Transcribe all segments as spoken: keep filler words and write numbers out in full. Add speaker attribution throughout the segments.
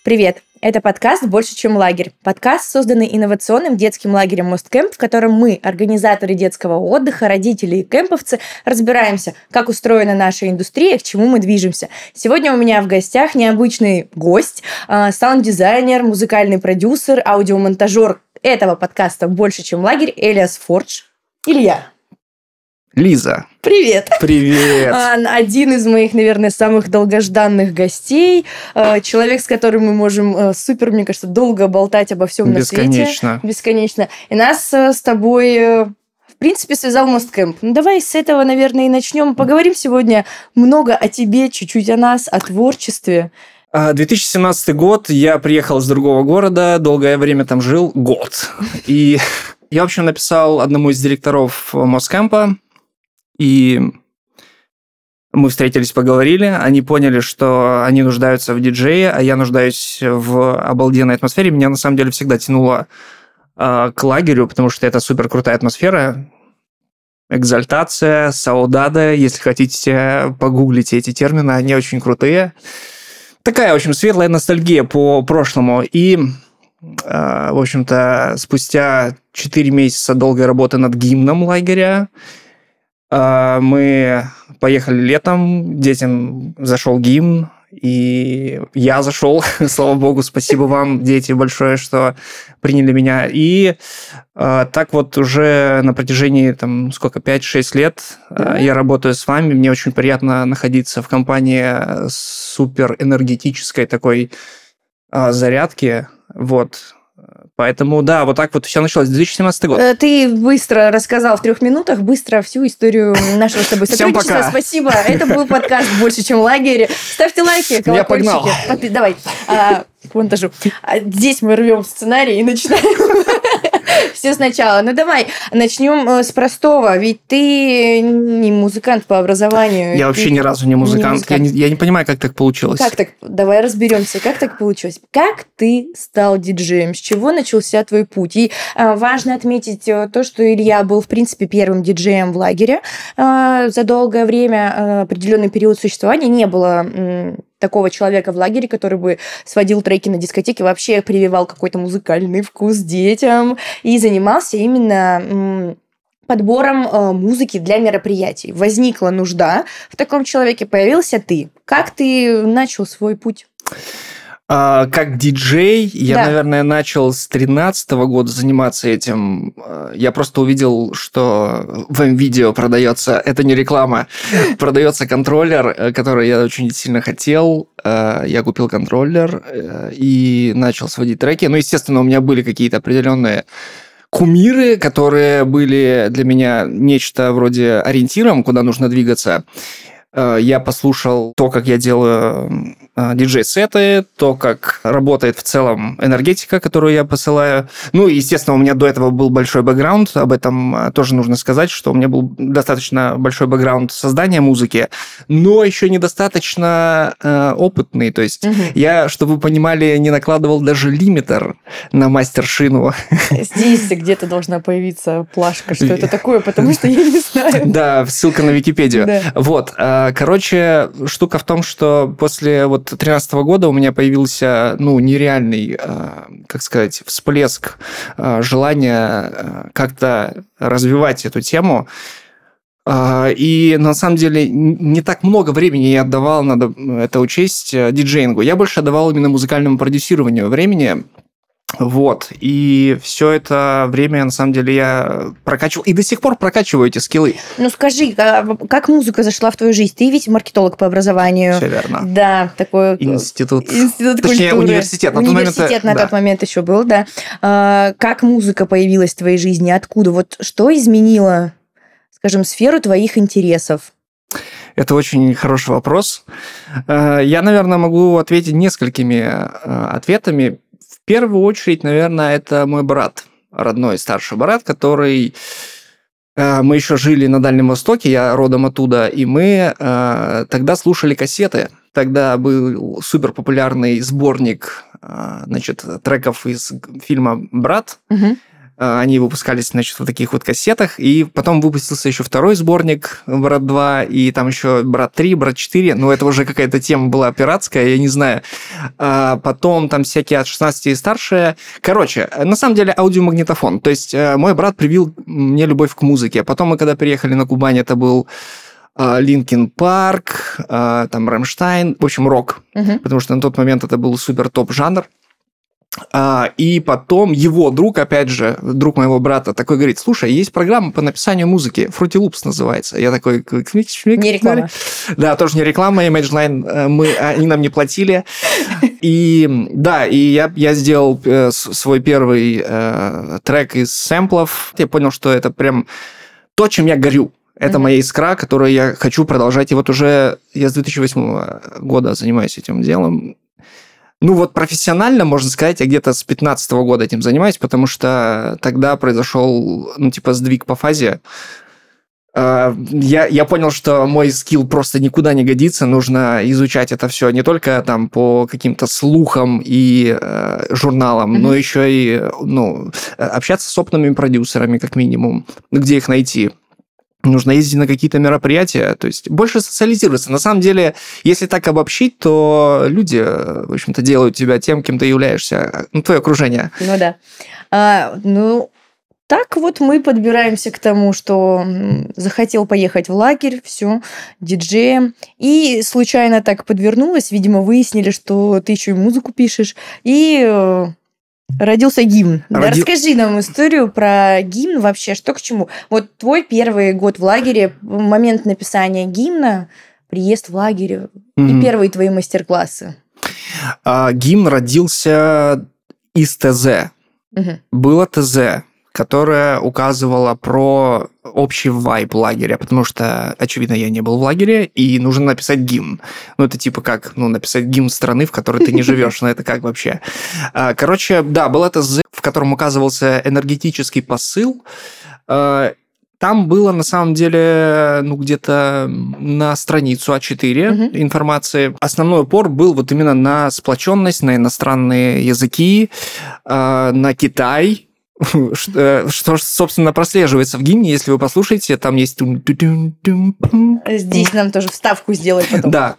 Speaker 1: Привет! Это подкаст «Больше, чем лагерь». Подкаст, созданный инновационным детским лагерем «Мосткэмп», в котором мы, организаторы детского отдыха, родители и кэмповцы, разбираемся, как устроена наша индустрия, к чему мы движемся. Сегодня у меня в гостях необычный гость, саунд-дизайнер, музыкальный продюсер, аудиомонтажер этого подкаста «Больше, чем лагерь» Элиас Фордж. Илья.
Speaker 2: Лиза.
Speaker 1: Привет.
Speaker 2: Привет.
Speaker 1: Один из моих, наверное, самых долгожданных гостей. Человек, с которым мы можем супер, мне кажется, долго болтать обо всем на свете.
Speaker 2: Бесконечно.
Speaker 1: Бесконечно. И нас с тобой, в принципе, связал Мосткэмп. Ну, давай с этого, наверное, и начнем. Поговорим сегодня много о тебе, чуть-чуть о нас, о творчестве.
Speaker 2: две тысячи семнадцатый год. Я приехал из другого города, долгое время там жил. Год. И я, в общем, написал одному из директоров Мосткэмпа. И мы встретились, поговорили, они поняли, что они нуждаются в диджее, а я нуждаюсь в обалденной атмосфере. Меня, на самом деле, всегда тянуло э, к лагерю, потому что это супер крутая атмосфера. Экзальтация, саудада, если хотите, погуглите эти термины, они очень крутые. Такая, в общем, светлая ностальгия по прошлому. И, э, в общем-то, спустя четыре месяца долгой работы над гимном лагеря, мы поехали летом, детям зашел гимн, и я зашел, слава богу, спасибо вам, дети, большое, что приняли меня. И э, так вот уже на протяжении, там, сколько, пять-шесть лет э, я работаю с вами, мне очень приятно находиться в компании супер энергетической такой э, зарядки, вот. Поэтому, да, вот так вот все началось. две тысячи семнадцатый год.
Speaker 1: Ты быстро рассказал в трех минутах, быстро всю историю нашего с тобой сотрудничества.
Speaker 2: Всем пока.
Speaker 1: Спасибо. Это был подкаст «Больше, чем лагерь». Ставьте лайки, колокольчики.
Speaker 2: Я погнал.
Speaker 1: Подпи- Давай, а, к монтажу. А, здесь мы рвем сценарий и начинаем все сначала. Ну, давай, начнем с простого. Ведь ты не музыкант по образованию.
Speaker 2: Я вообще ни разу не музыкант. Не музыкант. Я, не, я не понимаю, как так получилось.
Speaker 1: Как так? Давай разберемся, как так получилось. Как ты стал диджеем? С чего начался твой путь? И а, важно отметить то, что Илья был, в принципе, первым диджеем в лагере. А, за долгое время, а, определенный период существования не было м, такого человека в лагере, который бы сводил треки на дискотеке, вообще прививал какой-то музыкальный вкус детям и занимался именно м, подбором э, музыки для мероприятий. Возникла нужда в таком человеке, появился ты. Как ты начал свой путь?
Speaker 2: А, как диджей, я,
Speaker 1: Да.
Speaker 2: наверное, начал с тринадцатого года заниматься этим. Я просто увидел, что в м-видео продается, это не реклама, продается контроллер, который я очень сильно хотел. Я купил контроллер и начал сводить треки. Ну, естественно, у меня были какие-то определенные кумиры, которые были для меня нечто вроде ориентиром, куда нужно двигаться. Я послушал то, как я делаю диджей-сеты, то, как работает в целом энергетика, которую я посылаю. Ну, и, естественно, у меня до этого был большой бэкграунд, об этом тоже нужно сказать, что у меня был достаточно большой бэкграунд создания музыки, но еще недостаточно э, опытный. То есть угу. я, чтобы вы понимали, не накладывал даже лимитер на мастер-шину.
Speaker 1: Здесь где-то должна появиться плашка, что это такое, потому что я не знаю.
Speaker 2: Да, ссылка на Википедию.
Speaker 1: Да.
Speaker 2: Вот. Короче, штука в том, что после вот тринадцатого года у меня появился, ну, нереальный, как сказать, всплеск желания как-то развивать эту тему. И на самом деле не так много времени я отдавал, надо это учесть, диджеингу. Я больше отдавал именно музыкальному продюсированию времени. Вот, и все это время, на самом деле, я прокачивал, и до сих пор прокачиваю эти скиллы.
Speaker 1: Ну, скажи, как музыка зашла в твою жизнь? Ты ведь маркетолог по образованию.
Speaker 2: Все верно.
Speaker 1: Да, такой...
Speaker 2: Институт.
Speaker 1: Институт
Speaker 2: Точнее,
Speaker 1: культуры.
Speaker 2: университет. На
Speaker 1: университет
Speaker 2: тот момент,
Speaker 1: на
Speaker 2: да.
Speaker 1: тот момент еще был, да. А, как музыка появилась в твоей жизни? Откуда? Вот что изменило, скажем, сферу твоих интересов?
Speaker 2: Это очень хороший вопрос. Я, наверное, могу ответить несколькими ответами. В первую очередь, наверное, это мой брат, родной старший брат, который... Мы еще жили на Дальнем Востоке, я родом оттуда, и мы тогда слушали кассеты. Тогда был суперпопулярный сборник, значит, треков из фильма «Брат».
Speaker 1: Угу.
Speaker 2: Они выпускались, значит, в таких вот кассетах, и потом выпустился еще второй сборник «Брат два», и там еще «Брат три», «Брат четыре», ну, это уже какая-то тема была пиратская, я не знаю. А потом там всякие от шестнадцати и старше. Короче, на самом деле аудиомагнитофон. То есть мой брат привил мне любовь к музыке. Потом мы, когда приехали на Кубань, это был Линкин Парк, там Рамштайн, в общем, рок, угу. потому что на тот момент это был супер топ-жанр. И потом его друг, опять же, друг моего брата, такой говорит: слушай, есть программа по написанию музыки, Fruity Loops называется. Я такой...
Speaker 1: Не реклама.
Speaker 2: Да, тоже не реклама, ImageLine, мы, они нам не платили. И да, и я, я сделал свой первый э, трек из сэмплов. Я понял, что это прям то, чем я горю. Это mm-hmm. моя искра, которую я хочу продолжать. И вот уже я с две тысячи восьмого года занимаюсь этим делом. Ну вот профессионально, можно сказать, я где-то с пятнадцатого года этим занимаюсь, потому что тогда произошел, ну, типа, сдвиг по фазе. Я, я понял, что мой скилл просто никуда не годится, нужно изучать это все не только там по каким-то слухам и э, журналам, mm-hmm. но еще и, ну, общаться с опытными продюсерами, как минимум, где их найти. Нужно ездить на какие-то мероприятия, то есть больше социализироваться. На самом деле, если так обобщить, то люди, в общем-то, делают тебя тем, кем ты являешься, ну, твое окружение.
Speaker 1: Ну да. А, ну, так вот мы подбираемся к тому, что захотел поехать в лагерь, все, диджеем, и случайно так подвернулось, видимо, выяснили, что ты еще и музыку пишешь, и... Родился гимн. Роди... Да, расскажи нам историю про гимн вообще, что к чему. Вот твой первый год в лагере, момент написания гимна, приезд в лагерь mm-hmm. и первые твои мастер-классы.
Speaker 2: А, гимн родился из ТЗ. Mm-hmm. Было ТЗ, которое указывало про общий вайб лагеря, потому что, очевидно, я не был в лагере, и нужно написать гимн. Ну, это типа как, ну, написать гимн страны, в которой ты не живешь, ну, это как вообще? Короче, да, был это ТЗ, в котором указывался энергетический посыл. Там было, на самом деле, ну, где-то на страницу а четыре угу. информации. Основной упор был вот именно на сплоченность, на иностранные языки, на Китай, что, что, собственно, прослеживается в гимне, если вы послушаете, там есть...
Speaker 1: Здесь нам тоже вставку сделать потом.
Speaker 2: Да.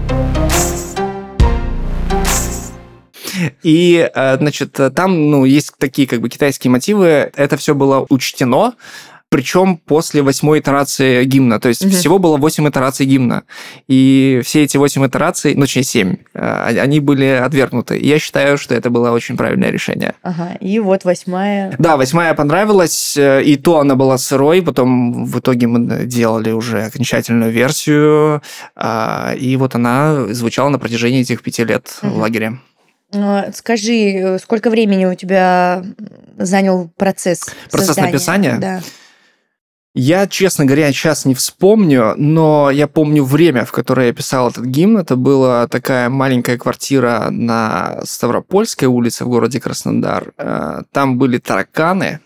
Speaker 2: И, значит, там, ну, есть такие, как бы, китайские мотивы. Это все было учтено, причем после восьмой итерации гимна. То есть угу. всего было восемь итераций гимна. И все эти восемь итераций, ну, точнее, семь, они были отвергнуты. И я считаю, что это было очень правильное решение.
Speaker 1: Ага, и вот восьмая...
Speaker 2: Да, восьмая понравилась, и то она была сырой, потом в итоге мы делали уже окончательную версию, и вот она звучала на протяжении этих пяти лет угу. в лагере.
Speaker 1: Скажи, сколько времени у тебя занял процесс
Speaker 2: Процесс
Speaker 1: создания?
Speaker 2: написания?
Speaker 1: Да.
Speaker 2: Я, честно говоря, сейчас не вспомню, но я помню время, в которое я писал этот гимн. Это была такая маленькая квартира на Ставропольской улице в городе Краснодар. Там были тараканы.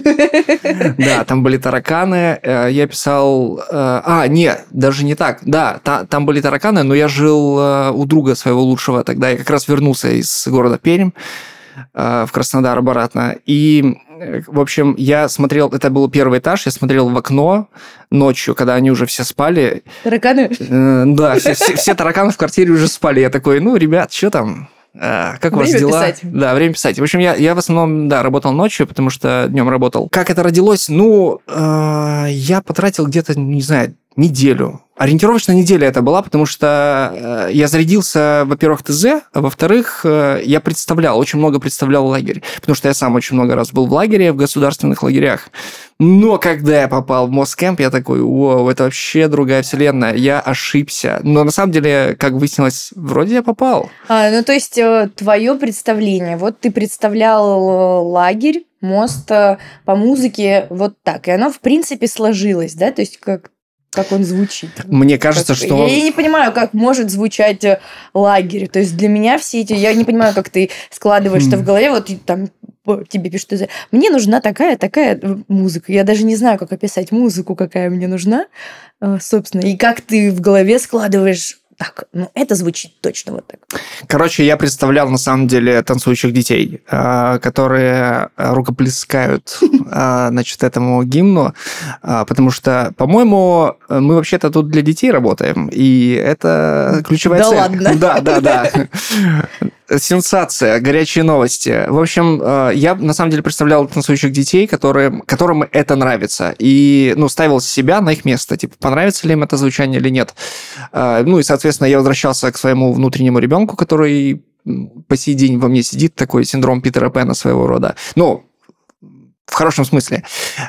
Speaker 2: Да, там были тараканы. Я писал... А, нет, даже не так. Да, там были тараканы, но я жил у друга своего лучшего тогда. Я как раз вернулся из города Пермь в Краснодар обратно. И, в общем, я смотрел... Это был первый этаж. Я смотрел в окно ночью, когда они уже все спали.
Speaker 1: Тараканы?
Speaker 2: Да, все, все, все тараканы в квартире уже спали. Я такой, ну, ребят, что там... А, как время у вас дела?
Speaker 1: Писать.
Speaker 2: Да, время писать. В общем, я, я в основном, да, работал ночью, потому что днем работал. Как это родилось? Ну, э, я потратил где-то, не знаю, неделю. Ориентировочно неделя это была, потому что э, я зарядился, во-первых, ТЗ, а во-вторых, э, я представлял, очень много представлял лагерь, потому что я сам очень много раз был в лагере, в государственных лагерях. Но когда я попал в Москэмп, я такой, вау, это вообще другая вселенная, я ошибся. Но на самом деле, как выяснилось, вроде я попал.
Speaker 1: А, ну, то есть, твое представление, вот ты представлял лагерь, мост по музыке вот так, и оно, в принципе, сложилось, да, то есть, как как он звучит.
Speaker 2: Мне кажется,
Speaker 1: как...
Speaker 2: что...
Speaker 1: Я не понимаю, как может звучать лагерь. То есть для меня все эти... Я не понимаю, как ты складываешь это в голове. Вот там тебе пишут, мне нужна такая, такая музыка. Я даже не знаю, как описать музыку, какая мне нужна, собственно. И как ты в голове складываешь так, ну это звучит точно вот так.
Speaker 2: Короче, я представлял на самом деле танцующих детей, которые рукоплескают, значит, этому гимну, потому что, по-моему, мы вообще-то тут для детей работаем, и это ключевая
Speaker 1: да
Speaker 2: цель.
Speaker 1: Ладно.
Speaker 2: Да, да, да. Сенсация, горячие новости. В общем, я на самом деле представлял танцующих детей, которые, которым это нравится. И, ну, ставил себя на их место. Типа, понравится ли им это звучание или нет. Ну, и, соответственно, я возвращался к своему внутреннему ребенку, который по сей день во мне сидит, такой синдром Питера Пэна своего рода. Ну, в хорошем смысле.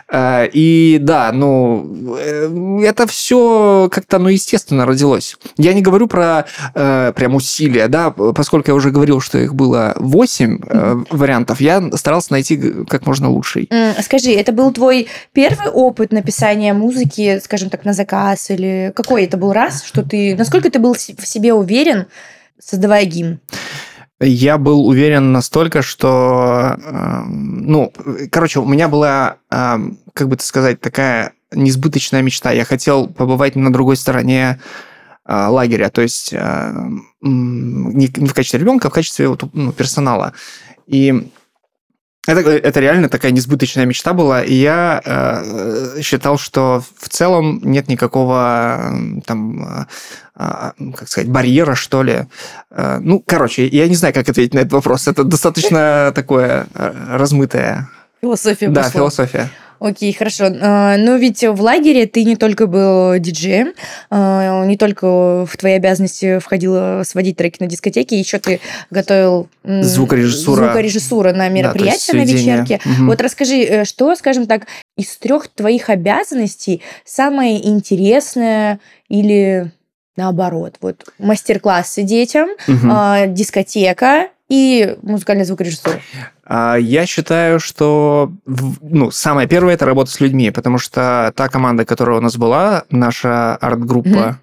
Speaker 2: И да, ну, это все как-то, ну, естественно родилось. Я не говорю про э, прям усилия, да, поскольку я уже говорил, что их было восемь э, вариантов, я старался найти как можно лучший.
Speaker 1: Скажи, это был твой первый опыт написания музыки, скажем так, на заказ, или какой это был раз, что ты, насколько ты был в себе уверен, создавая гимн?
Speaker 2: Я был уверен настолько, что, э, ну, короче, у меня была, э, как бы это сказать, такая несбыточная мечта. Я хотел побывать на другой стороне э, лагеря, то есть э, не, не в качестве ребенка, а в качестве вот, ну, персонала. И это, это реально такая несбыточная мечта была, и я э, считал, что в целом нет никакого там, э, как сказать, барьера, что ли. Э, ну, короче, я не знаю, как ответить на этот вопрос. Это достаточно такое размытое.
Speaker 1: Философия.
Speaker 2: Да,
Speaker 1: пошла.
Speaker 2: философия.
Speaker 1: Окей, хорошо. Но ведь в лагере ты не только был диджеем, не только в твои обязанности входило сводить треки на дискотеке, еще ты готовил
Speaker 2: звукорежиссура,
Speaker 1: звукорежиссура на мероприятия, да, на вечерке. Угу. Вот расскажи, что, скажем так, из трех твоих обязанностей самое интересное или наоборот? Вот мастер-классы детям, угу. дискотека и музыкальная звукорежиссура.
Speaker 2: Я считаю, что ну, самое первое – это работа с людьми, потому что та команда, которая у нас была, наша арт-группа, mm-hmm.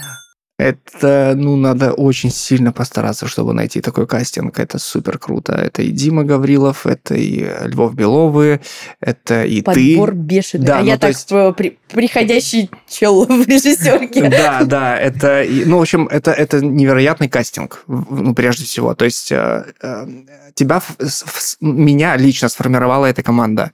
Speaker 2: это, ну, надо очень сильно постараться, чтобы найти такой кастинг. Это супер круто. Это и Дима Гаврилов, это и Львов Беловы, это и
Speaker 1: Подбор
Speaker 2: ты.
Speaker 1: Подбор бешеный.
Speaker 2: Да,
Speaker 1: а
Speaker 2: ну,
Speaker 1: я так
Speaker 2: есть...
Speaker 1: при, приходящий чел в режиссерке.
Speaker 2: Да, да, это, ну, в общем, это, это невероятный кастинг, ну, прежде всего. То есть тебя, меня лично сформировала эта команда.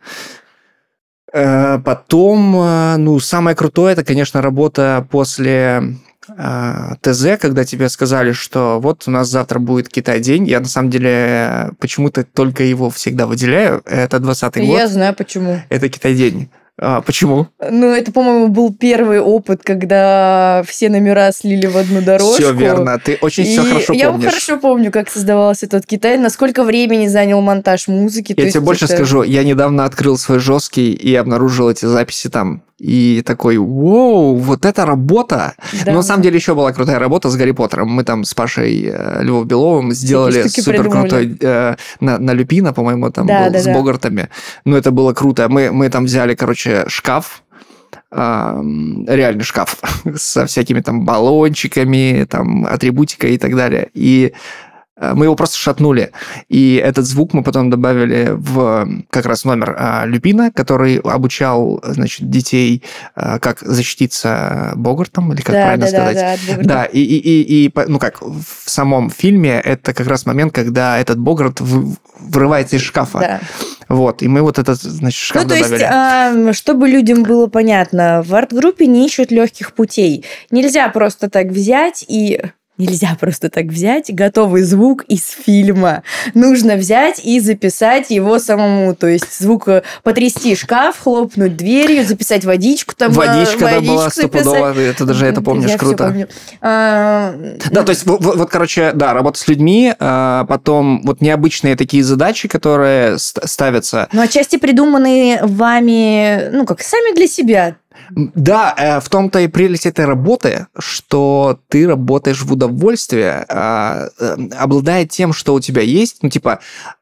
Speaker 2: Потом, ну, самое крутое, это, конечно, работа после ТЗ, когда тебе сказали, что вот у нас завтра будет Китай-день. Я, на самом деле, почему-то только его всегда выделяю. Это двадцатый год.
Speaker 1: Я знаю, почему.
Speaker 2: Это Китай-день. А, почему?
Speaker 1: Ну, это, по-моему, был первый опыт, когда все номера слили в одну дорожку.
Speaker 2: Все верно, ты очень все хорошо
Speaker 1: я
Speaker 2: помнишь.
Speaker 1: Я хорошо помню, как создавался этот Китай, насколько времени занял монтаж музыки.
Speaker 2: Я тебе больше это... скажу, я недавно открыл свой жесткий и обнаружил эти записи там. И такой, вау, вот это работа. Да. Но на самом деле еще была крутая работа с Гарри Поттером. Мы там с Пашей э, Львов Беловым сделали супер крутой э, на, на Люпина, по-моему, там
Speaker 1: да,
Speaker 2: был
Speaker 1: да,
Speaker 2: с
Speaker 1: да.
Speaker 2: Богартами. Ну, это было круто. Мы, мы там взяли, короче, шкаф, э, реальный шкаф со всякими там баллончиками, там, атрибутикой и так далее. И мы его просто шатнули. И этот звук мы потом добавили в как раз номер а, Люпина, который обучал, значит, детей, а, как защититься Богартом, или как
Speaker 1: да,
Speaker 2: правильно
Speaker 1: да,
Speaker 2: сказать.
Speaker 1: Да, да,
Speaker 2: да и, и, и, и, ну как, в самом фильме это как раз момент, когда этот Богарт в, вырывается из шкафа.
Speaker 1: Да.
Speaker 2: Вот, и мы вот этот, значит, шкаф
Speaker 1: ну, то
Speaker 2: добавили.
Speaker 1: есть, а, чтобы людям было понятно, в арт-группе не ищут легких путей. Нельзя просто так взять и... Нельзя просто так взять готовый звук из фильма. Нужно взять и записать его самому. То есть звук потрясти шкаф, хлопнуть дверью, записать водичку. Там,
Speaker 2: Водичка там была стопудово, ты даже это помнишь,
Speaker 1: я
Speaker 2: круто.
Speaker 1: Помню. А...
Speaker 2: Да, то есть вот, вот, короче, да, работа с людьми, а потом вот необычные такие задачи, которые ставятся.
Speaker 1: Ну, отчасти придуманные вами, ну, как сами для себя.
Speaker 2: Да, в том-то и прелесть этой работы, что ты работаешь в удовольствие, обладая тем, что у тебя есть, ну, типа,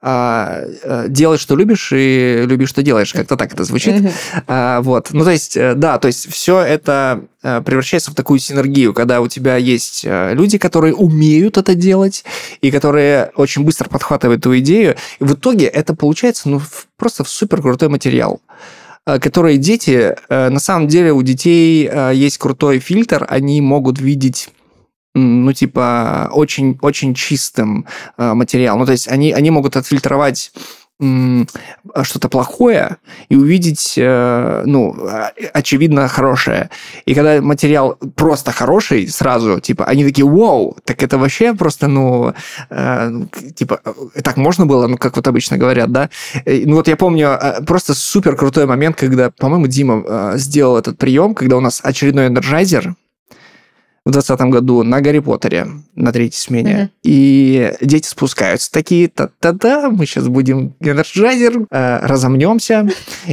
Speaker 2: делай, что любишь, и люби, что делаешь, как-то так это звучит. Mm-hmm. Вот, ну, то есть, да, то есть все это превращается в такую синергию, когда у тебя есть люди, которые умеют это делать, и которые очень быстро подхватывают эту идею, и в итоге это получается, ну, просто супер крутой материал. Которые дети, на самом деле у детей есть крутой фильтр, они могут видеть ну, типа, очень, очень чистым э, материалом. Ну, то есть они, они могут отфильтровать что-то плохое и увидеть, ну, очевидно, хорошее. И когда материал просто хороший сразу, типа, они такие, вау, так это вообще просто, ну, типа, так можно было, ну, как вот обычно говорят, да? Ну, вот я помню просто супер крутой момент, когда, по-моему, Дима сделал этот прием, когда у нас очередной энерджайзер в двадцатом году на Гарри Поттере на третьей смене. Mm-hmm. И дети спускаются такие, та-та-та, мы сейчас будем энерджайзер, э, разомнемся.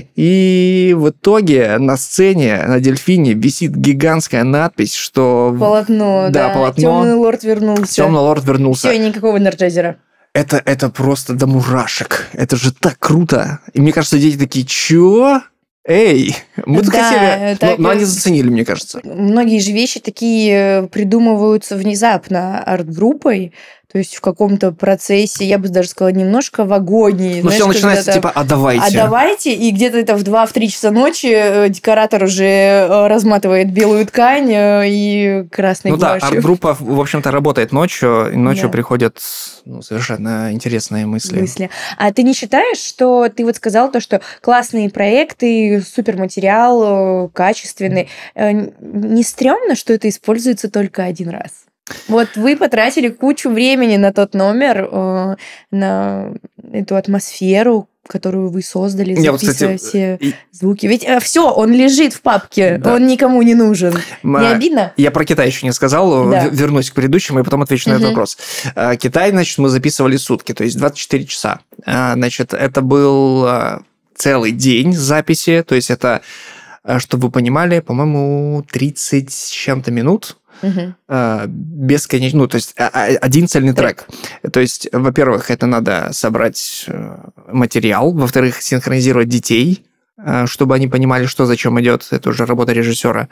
Speaker 2: И в итоге на сцене, на дельфине висит гигантская надпись, что...
Speaker 1: Полотно, да.
Speaker 2: Да, полотно.
Speaker 1: Темный лорд вернулся.
Speaker 2: Темный лорд вернулся.
Speaker 1: Все, никакого энерджайзера.
Speaker 2: Это, это просто до мурашек. Это же так круто. И мне кажется, дети такие, чё? Эй, мы тут
Speaker 1: да,
Speaker 2: хотели...
Speaker 1: Так...
Speaker 2: Но, но они заценили, мне кажется.
Speaker 1: Многие же вещи такие придумываются внезапно арт-группой, то есть в каком-то процессе, я бы даже сказала, немножко в агонии.
Speaker 2: Ну, все начинается типа, а давайте.
Speaker 1: А давайте, и где-то это в два-три часа ночи декоратор уже разматывает белую ткань и красной
Speaker 2: ну,
Speaker 1: гуашью.
Speaker 2: Ну да, арт-группа, в общем-то, работает ночью, и ночью да. приходят ну, совершенно интересные мысли.
Speaker 1: мысли. А ты не считаешь, что ты вот сказал то, что классные проекты, суперматериал, качественный, не стрёмно, что это используется только один раз? Вот вы потратили кучу времени на тот номер, э, на эту атмосферу, которую вы создали, записывая вот, кстати, все и... звуки. Ведь э, все, он лежит в папке, да. он никому не нужен. Ма... Не обидно?
Speaker 2: Я про Китай еще не сказал, да. вернусь к предыдущему и потом отвечу на угу. этот вопрос. Китай, значит, мы записывали сутки, то есть двадцать четыре часа. Значит, это был целый день записи, то есть это, чтобы вы понимали, по-моему, тридцать с чем-то минут. Угу. Бесконечно, ну, то есть один цельный трек. трек. То есть, во-первых, это надо собрать материал, во-вторых, синхронизировать детей, чтобы они понимали, что зачем идет. Это уже работа режиссера.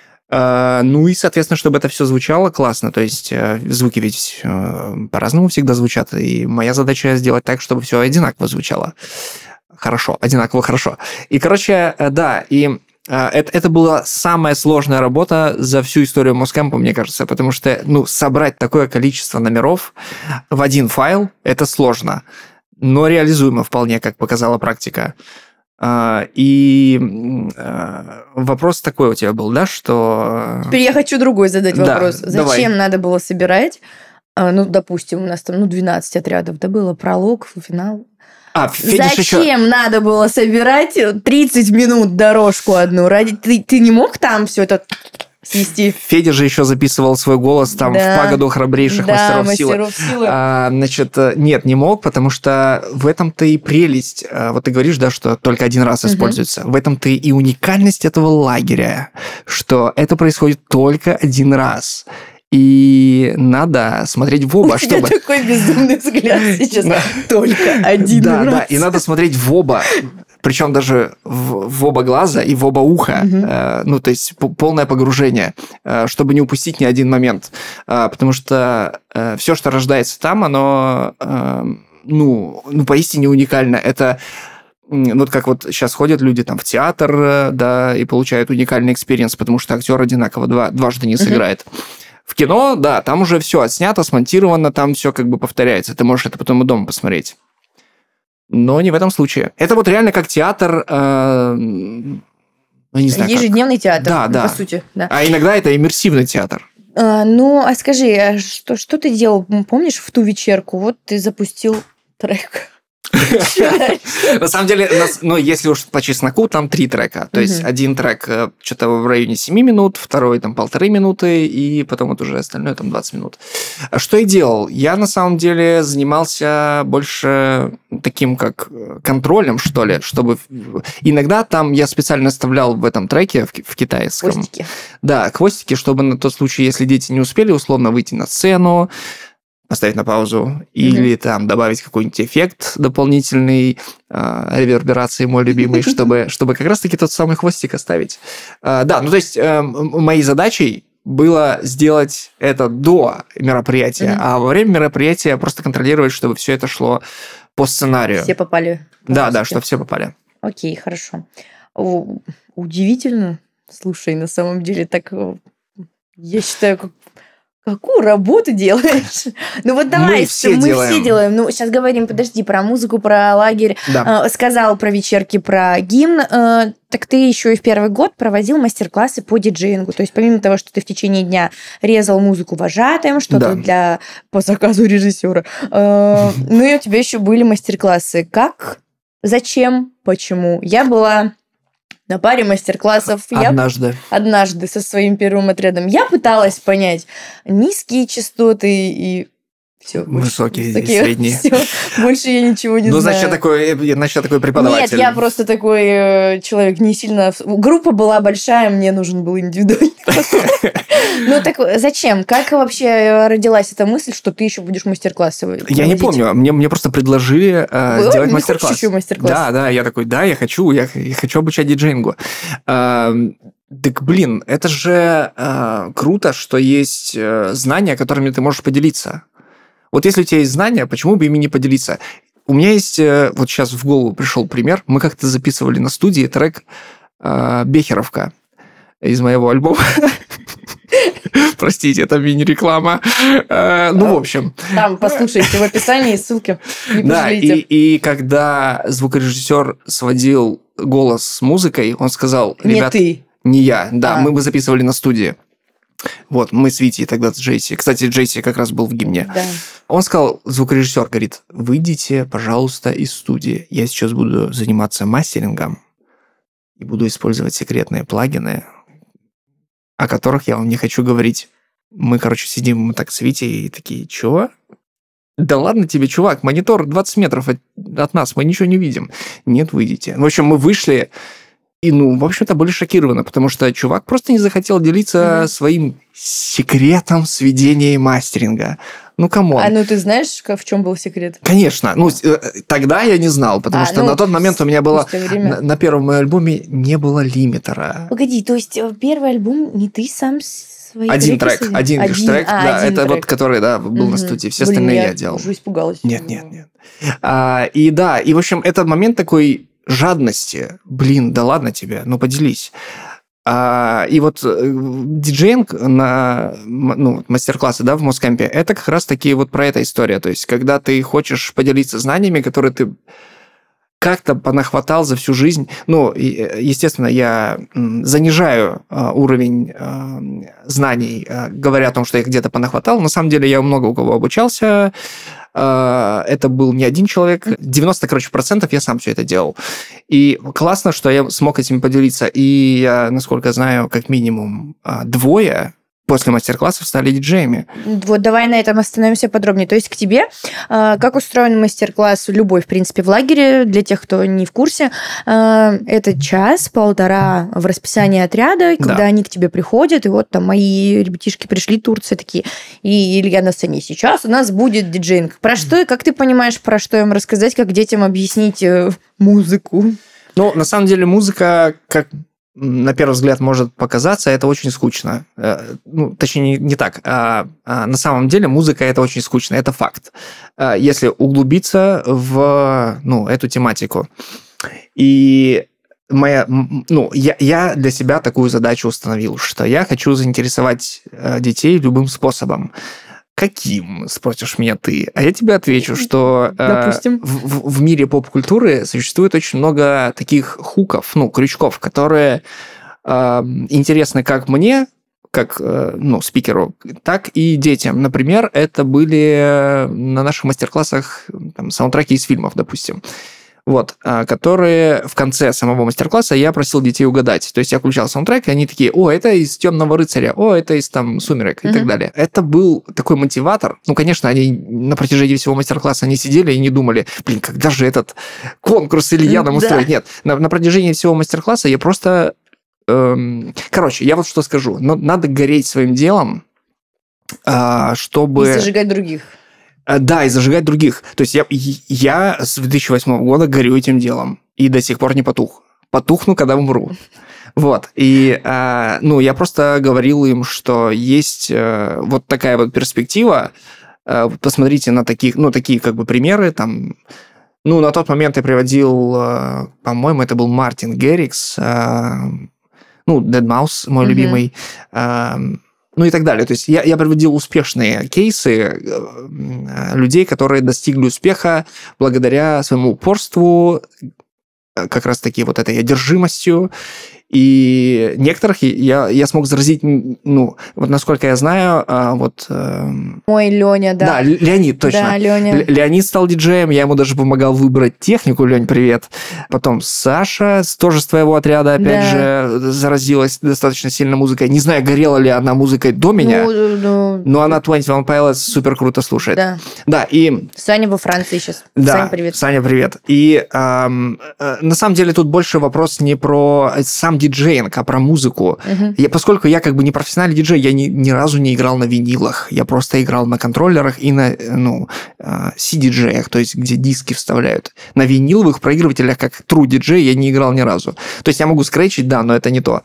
Speaker 2: Ну и, соответственно, чтобы это все звучало классно. То есть звуки ведь по-разному всегда звучат. И моя задача сделать так, чтобы все одинаково звучало. Хорошо, одинаково хорошо. И, короче, да, и Это, это была самая сложная работа за всю историю Moscamp, мне кажется, потому что ну, собрать такое количество номеров в один файл – это сложно, но реализуемо вполне, как показала практика. И вопрос такой у тебя был, да, что…
Speaker 1: Теперь я хочу другой задать
Speaker 2: да,
Speaker 1: вопрос. Зачем
Speaker 2: давай.
Speaker 1: надо было собирать, ну, допустим, у нас там ну, двенадцать отрядов, да, было пролог, финал.
Speaker 2: А,
Speaker 1: Зачем
Speaker 2: еще...
Speaker 1: надо было собирать тридцать минут дорожку одну? Ради ты, ты не мог там все это свести?
Speaker 2: Федя же еще записывал свой голос там да. в пагоду храбрейших
Speaker 1: да,
Speaker 2: мастеров,
Speaker 1: мастеров
Speaker 2: силы.
Speaker 1: силы.
Speaker 2: А, значит, нет, не мог, потому что в этом-то и прелесть. Вот ты говоришь, да, что только один раз угу. используется. В этом-то и уникальность этого лагеря, что это происходит только один раз. И надо смотреть в оба,
Speaker 1: У
Speaker 2: чтобы...
Speaker 1: У тебя такой безумный взгляд сейчас. Только один
Speaker 2: да,
Speaker 1: раз.
Speaker 2: Да, и надо смотреть в оба. Причем даже в, в оба глаза и в оба уха. Угу. Э, ну, то есть полное погружение, э, чтобы не упустить ни один момент. Э, потому что э, все, что рождается там, оно э, ну, ну, поистине уникально. Это... Ну, вот как вот сейчас ходят люди там в театр, да, и получают уникальный экспириенс, потому что актер одинаково два, дважды не сыграет. Угу. В кино, да, там уже все отснято, смонтировано, там все как бы повторяется. Ты можешь это потом и дома посмотреть. Но не в этом случае. Это вот реально как театр... Э, ну, не знаю,
Speaker 1: ежедневный
Speaker 2: как.
Speaker 1: театр,
Speaker 2: да, да.
Speaker 1: по сути. Да.
Speaker 2: А иногда это иммерсивный театр.
Speaker 1: А, ну, а скажи, а что, что ты делал, помнишь, в ту вечерку? Вот ты запустил трек.
Speaker 2: На самом деле, ну, если уж по чесноку, там три трека. То есть, один трек что-то в районе семи минут, второй там полторы минуты, и потом вот уже остальное там двадцать минут. Что я делал? Я, на самом деле, занимался больше таким, как контролем, что ли, чтобы... Иногда там я специально оставлял в этом треке, в китайском...
Speaker 1: Хвостики.
Speaker 2: Да, хвостики, чтобы на тот случай, если дети не успели условно выйти на сцену, поставить на паузу, или mm-hmm. там добавить какой-нибудь эффект дополнительный, э, реверберации, мой любимый, чтобы, чтобы как раз-таки тот самый хвостик оставить. Э, да, ну то есть э, моей задачей было сделать это до мероприятия, mm-hmm. а во время мероприятия просто контролировать, чтобы все это шло по сценарию.
Speaker 1: Все попали.
Speaker 2: Да, да, чтобы все попали.
Speaker 1: Окей, хорошо. О, удивительно. Слушай, на самом деле так, я считаю, как какую работу делаешь? Ну вот давай,
Speaker 2: мы все,
Speaker 1: мы
Speaker 2: делаем.
Speaker 1: все делаем. Ну, сейчас говорим, подожди, про музыку, про лагерь.
Speaker 2: Да.
Speaker 1: Э, сказал про вечерки, про гимн. Э, так ты еще и в первый год проводил мастер-классы по диджеингу. То есть помимо того, что ты в течение дня резал музыку вожатым, что-то
Speaker 2: Да.
Speaker 1: для по заказу режиссера, э, ну и у тебя еще были мастер-классы. Как? Зачем? Почему? Я была на паре мастер-классов.
Speaker 2: Однажды.
Speaker 1: Я однажды со своим первым отрядом. Я пыталась понять низкие частоты и все.
Speaker 2: Высокие,
Speaker 1: такие,
Speaker 2: средние.
Speaker 1: Все. Больше я ничего не
Speaker 2: ну,
Speaker 1: знаю.
Speaker 2: значит, такой, значит, я такой преподаватель.
Speaker 1: Нет, я просто такой э, человек не сильно... Группа была большая, мне нужен был индивидуальный подход. Ну так зачем? Как вообще родилась эта мысль, что ты еще будешь мастер-классы проводить?
Speaker 2: Я не помню. Мне, мне просто предложили э,
Speaker 1: Вы,
Speaker 2: сделать
Speaker 1: не
Speaker 2: мастер-класс.
Speaker 1: хочешь еще мастер-класс?
Speaker 2: Да, да, я такой, да, я хочу, я, я хочу обучать диджеингу. Э, так, блин, это же э, круто, что есть э, знания, которыми ты можешь поделиться. Вот если у тебя есть знания, почему бы ими не поделиться? У меня есть, э, вот сейчас в голову пришел пример. Мы как-то записывали на студии трек э, «Бехеровка» из моего альбома. Простите, это мини-реклама. Ну, в общем.
Speaker 1: Там, послушайте в описании, ссылки. Не
Speaker 2: да,
Speaker 1: пожалейте.
Speaker 2: и, и когда звукорежиссер сводил голос с музыкой, он сказал...
Speaker 1: Не ты.
Speaker 2: Не я, да,
Speaker 1: А.
Speaker 2: мы бы записывали на студии. Вот, мы с Витей тогда с Джейси. Кстати, Джейси как раз был в гимне.
Speaker 1: Да.
Speaker 2: Он сказал, звукорежиссер говорит, выйдите, пожалуйста, из студии. Я сейчас буду заниматься мастерингом и буду использовать секретные плагины, о которых я вам не хочу говорить. Мы, короче, сидим мы так с Витей и такие, чего? Да ладно тебе, чувак, монитор двадцать метров от, от нас, мы ничего не видим. Нет, выйдите. В общем, мы вышли... И, ну, в общем-то, были шокированы, потому что чувак просто не захотел делиться mm-hmm. своим секретом сведения и мастеринга. Ну, камон.
Speaker 1: А ну ты знаешь, в чем был секрет?
Speaker 2: Конечно. Ну, тогда я не знал, потому
Speaker 1: а,
Speaker 2: что
Speaker 1: ну,
Speaker 2: на тот момент у меня было...
Speaker 1: время...
Speaker 2: На, на первом моем альбоме не было лимитера.
Speaker 1: Погоди, то есть первый альбом не ты сам... Свои
Speaker 2: один трек, один, один лишь трек, а, да, это трек. Вот, который, да, был угу. на студии, все
Speaker 1: Блин,
Speaker 2: остальные я,
Speaker 1: я
Speaker 2: делал.
Speaker 1: уже испугалась.
Speaker 2: Нет, нет, нет. А, и да, и, в общем, этот момент такой... жадности. Блин, да ладно тебе, ну поделись. А, и вот диджеинг на ну, мастер-классы, да, в Москампе, это как раз таки вот про эту историю. То есть, когда ты хочешь поделиться знаниями, которые ты как-то понахватал за всю жизнь. Ну, естественно, я занижаю уровень знаний, говоря о том, что я где-то понахватал. На самом деле, я много у кого обучался. Это был не один человек. девяносто, короче, процентов я сам все это делал. И классно, что я смог этим поделиться. И я, насколько знаю, как минимум двое после мастер-классов стали диджеями.
Speaker 1: Вот давай на этом остановимся подробнее. То есть к тебе, как устроен мастер-класс любой, в принципе, в лагере, для тех, кто не в курсе, это час-полтора в расписании отряда, когда да. они к тебе приходят, и вот там мои ребятишки пришли, Турция такие, и Илья на сцене, сейчас у нас будет диджеинг. Про что, как ты понимаешь, про что им рассказать, как детям объяснить музыку?
Speaker 2: Ну, на самом деле, музыка, как на первый взгляд может показаться, это очень скучно. Ну, точнее, не, не так. А, а на самом деле музыка – это очень скучно, это факт. Если углубиться в ну, эту тематику. И моя, ну, я, я для себя такую задачу установил, что я хочу заинтересовать детей любым способом. Каким, спросишь меня ты? А я тебе отвечу, что
Speaker 1: Допустим.
Speaker 2: в, в мире поп-культуры существует очень много таких хуков, ну, крючков, которые э, интересны как мне, как э, ну, спикеру, так и детям. Например, это были на наших мастер-классах там, саундтреки из фильмов, допустим. Вот, которые в конце самого мастер-класса я просил детей угадать. То есть я включал саундтрек, и они такие, о, это из «Темного рыцаря», о, это из там «Сумерек» и mm-hmm. так далее. Это был такой мотиватор. Ну, конечно, они на протяжении всего мастер-класса не сидели и не думали, блин, когда же этот конкурс Илья нам устроит? Да. Нет, на, на протяжении всего мастер-класса я просто... Эм... Короче, я вот что скажу. Но надо гореть своим делом, чтобы...
Speaker 1: И зажигать других.
Speaker 2: Да, и зажигать других. То есть я, я с две тысячи восьмого года горю этим делом. И до сих пор не потух. Потухну, когда умру. Вот. И, э, ну, я просто говорил им, что есть э, вот такая вот перспектива. Э, посмотрите на таких, ну, такие как бы примеры. Там, ну, на тот момент я приводил, э, по-моему, это был Мартин Геррикс, э, ну, Dead Mouse, мой mm-hmm. любимый, э, ну и так далее. То есть я, я приводил успешные кейсы людей, которые достигли успеха благодаря своему упорству, как раз-таки вот этой одержимостью. И некоторых я, я смог заразить, ну, вот насколько я знаю, вот...
Speaker 1: Мой Леня, да.
Speaker 2: Да, Леонид, точно.
Speaker 1: Да, Леня.
Speaker 2: Леонид стал диджеем, я ему даже помогал выбрать технику. Лень, привет. Потом Саша, тоже с твоего отряда, опять да. же, заразилась достаточно сильно музыкой. Не знаю, горела ли она музыкой до меня, ну, ну, но она двадцать один Pilots супер круто слушает. Да. Да, и...
Speaker 1: Саня во Франции сейчас.
Speaker 2: Да,
Speaker 1: Саня, привет.
Speaker 2: Саня, привет. И эм, э, на самом деле тут больше вопрос не про сам диджеинг, а про музыку. Uh-huh. Я, поскольку я как бы не профессиональный диджей, я ни, ни разу не играл на винилах. Я просто играл на контроллерах и на ну, си ди джеях, то есть где диски вставляют. На виниловых проигрывателях, как True диджей, я не играл ни разу. То есть я могу скретчить, да, но это не то.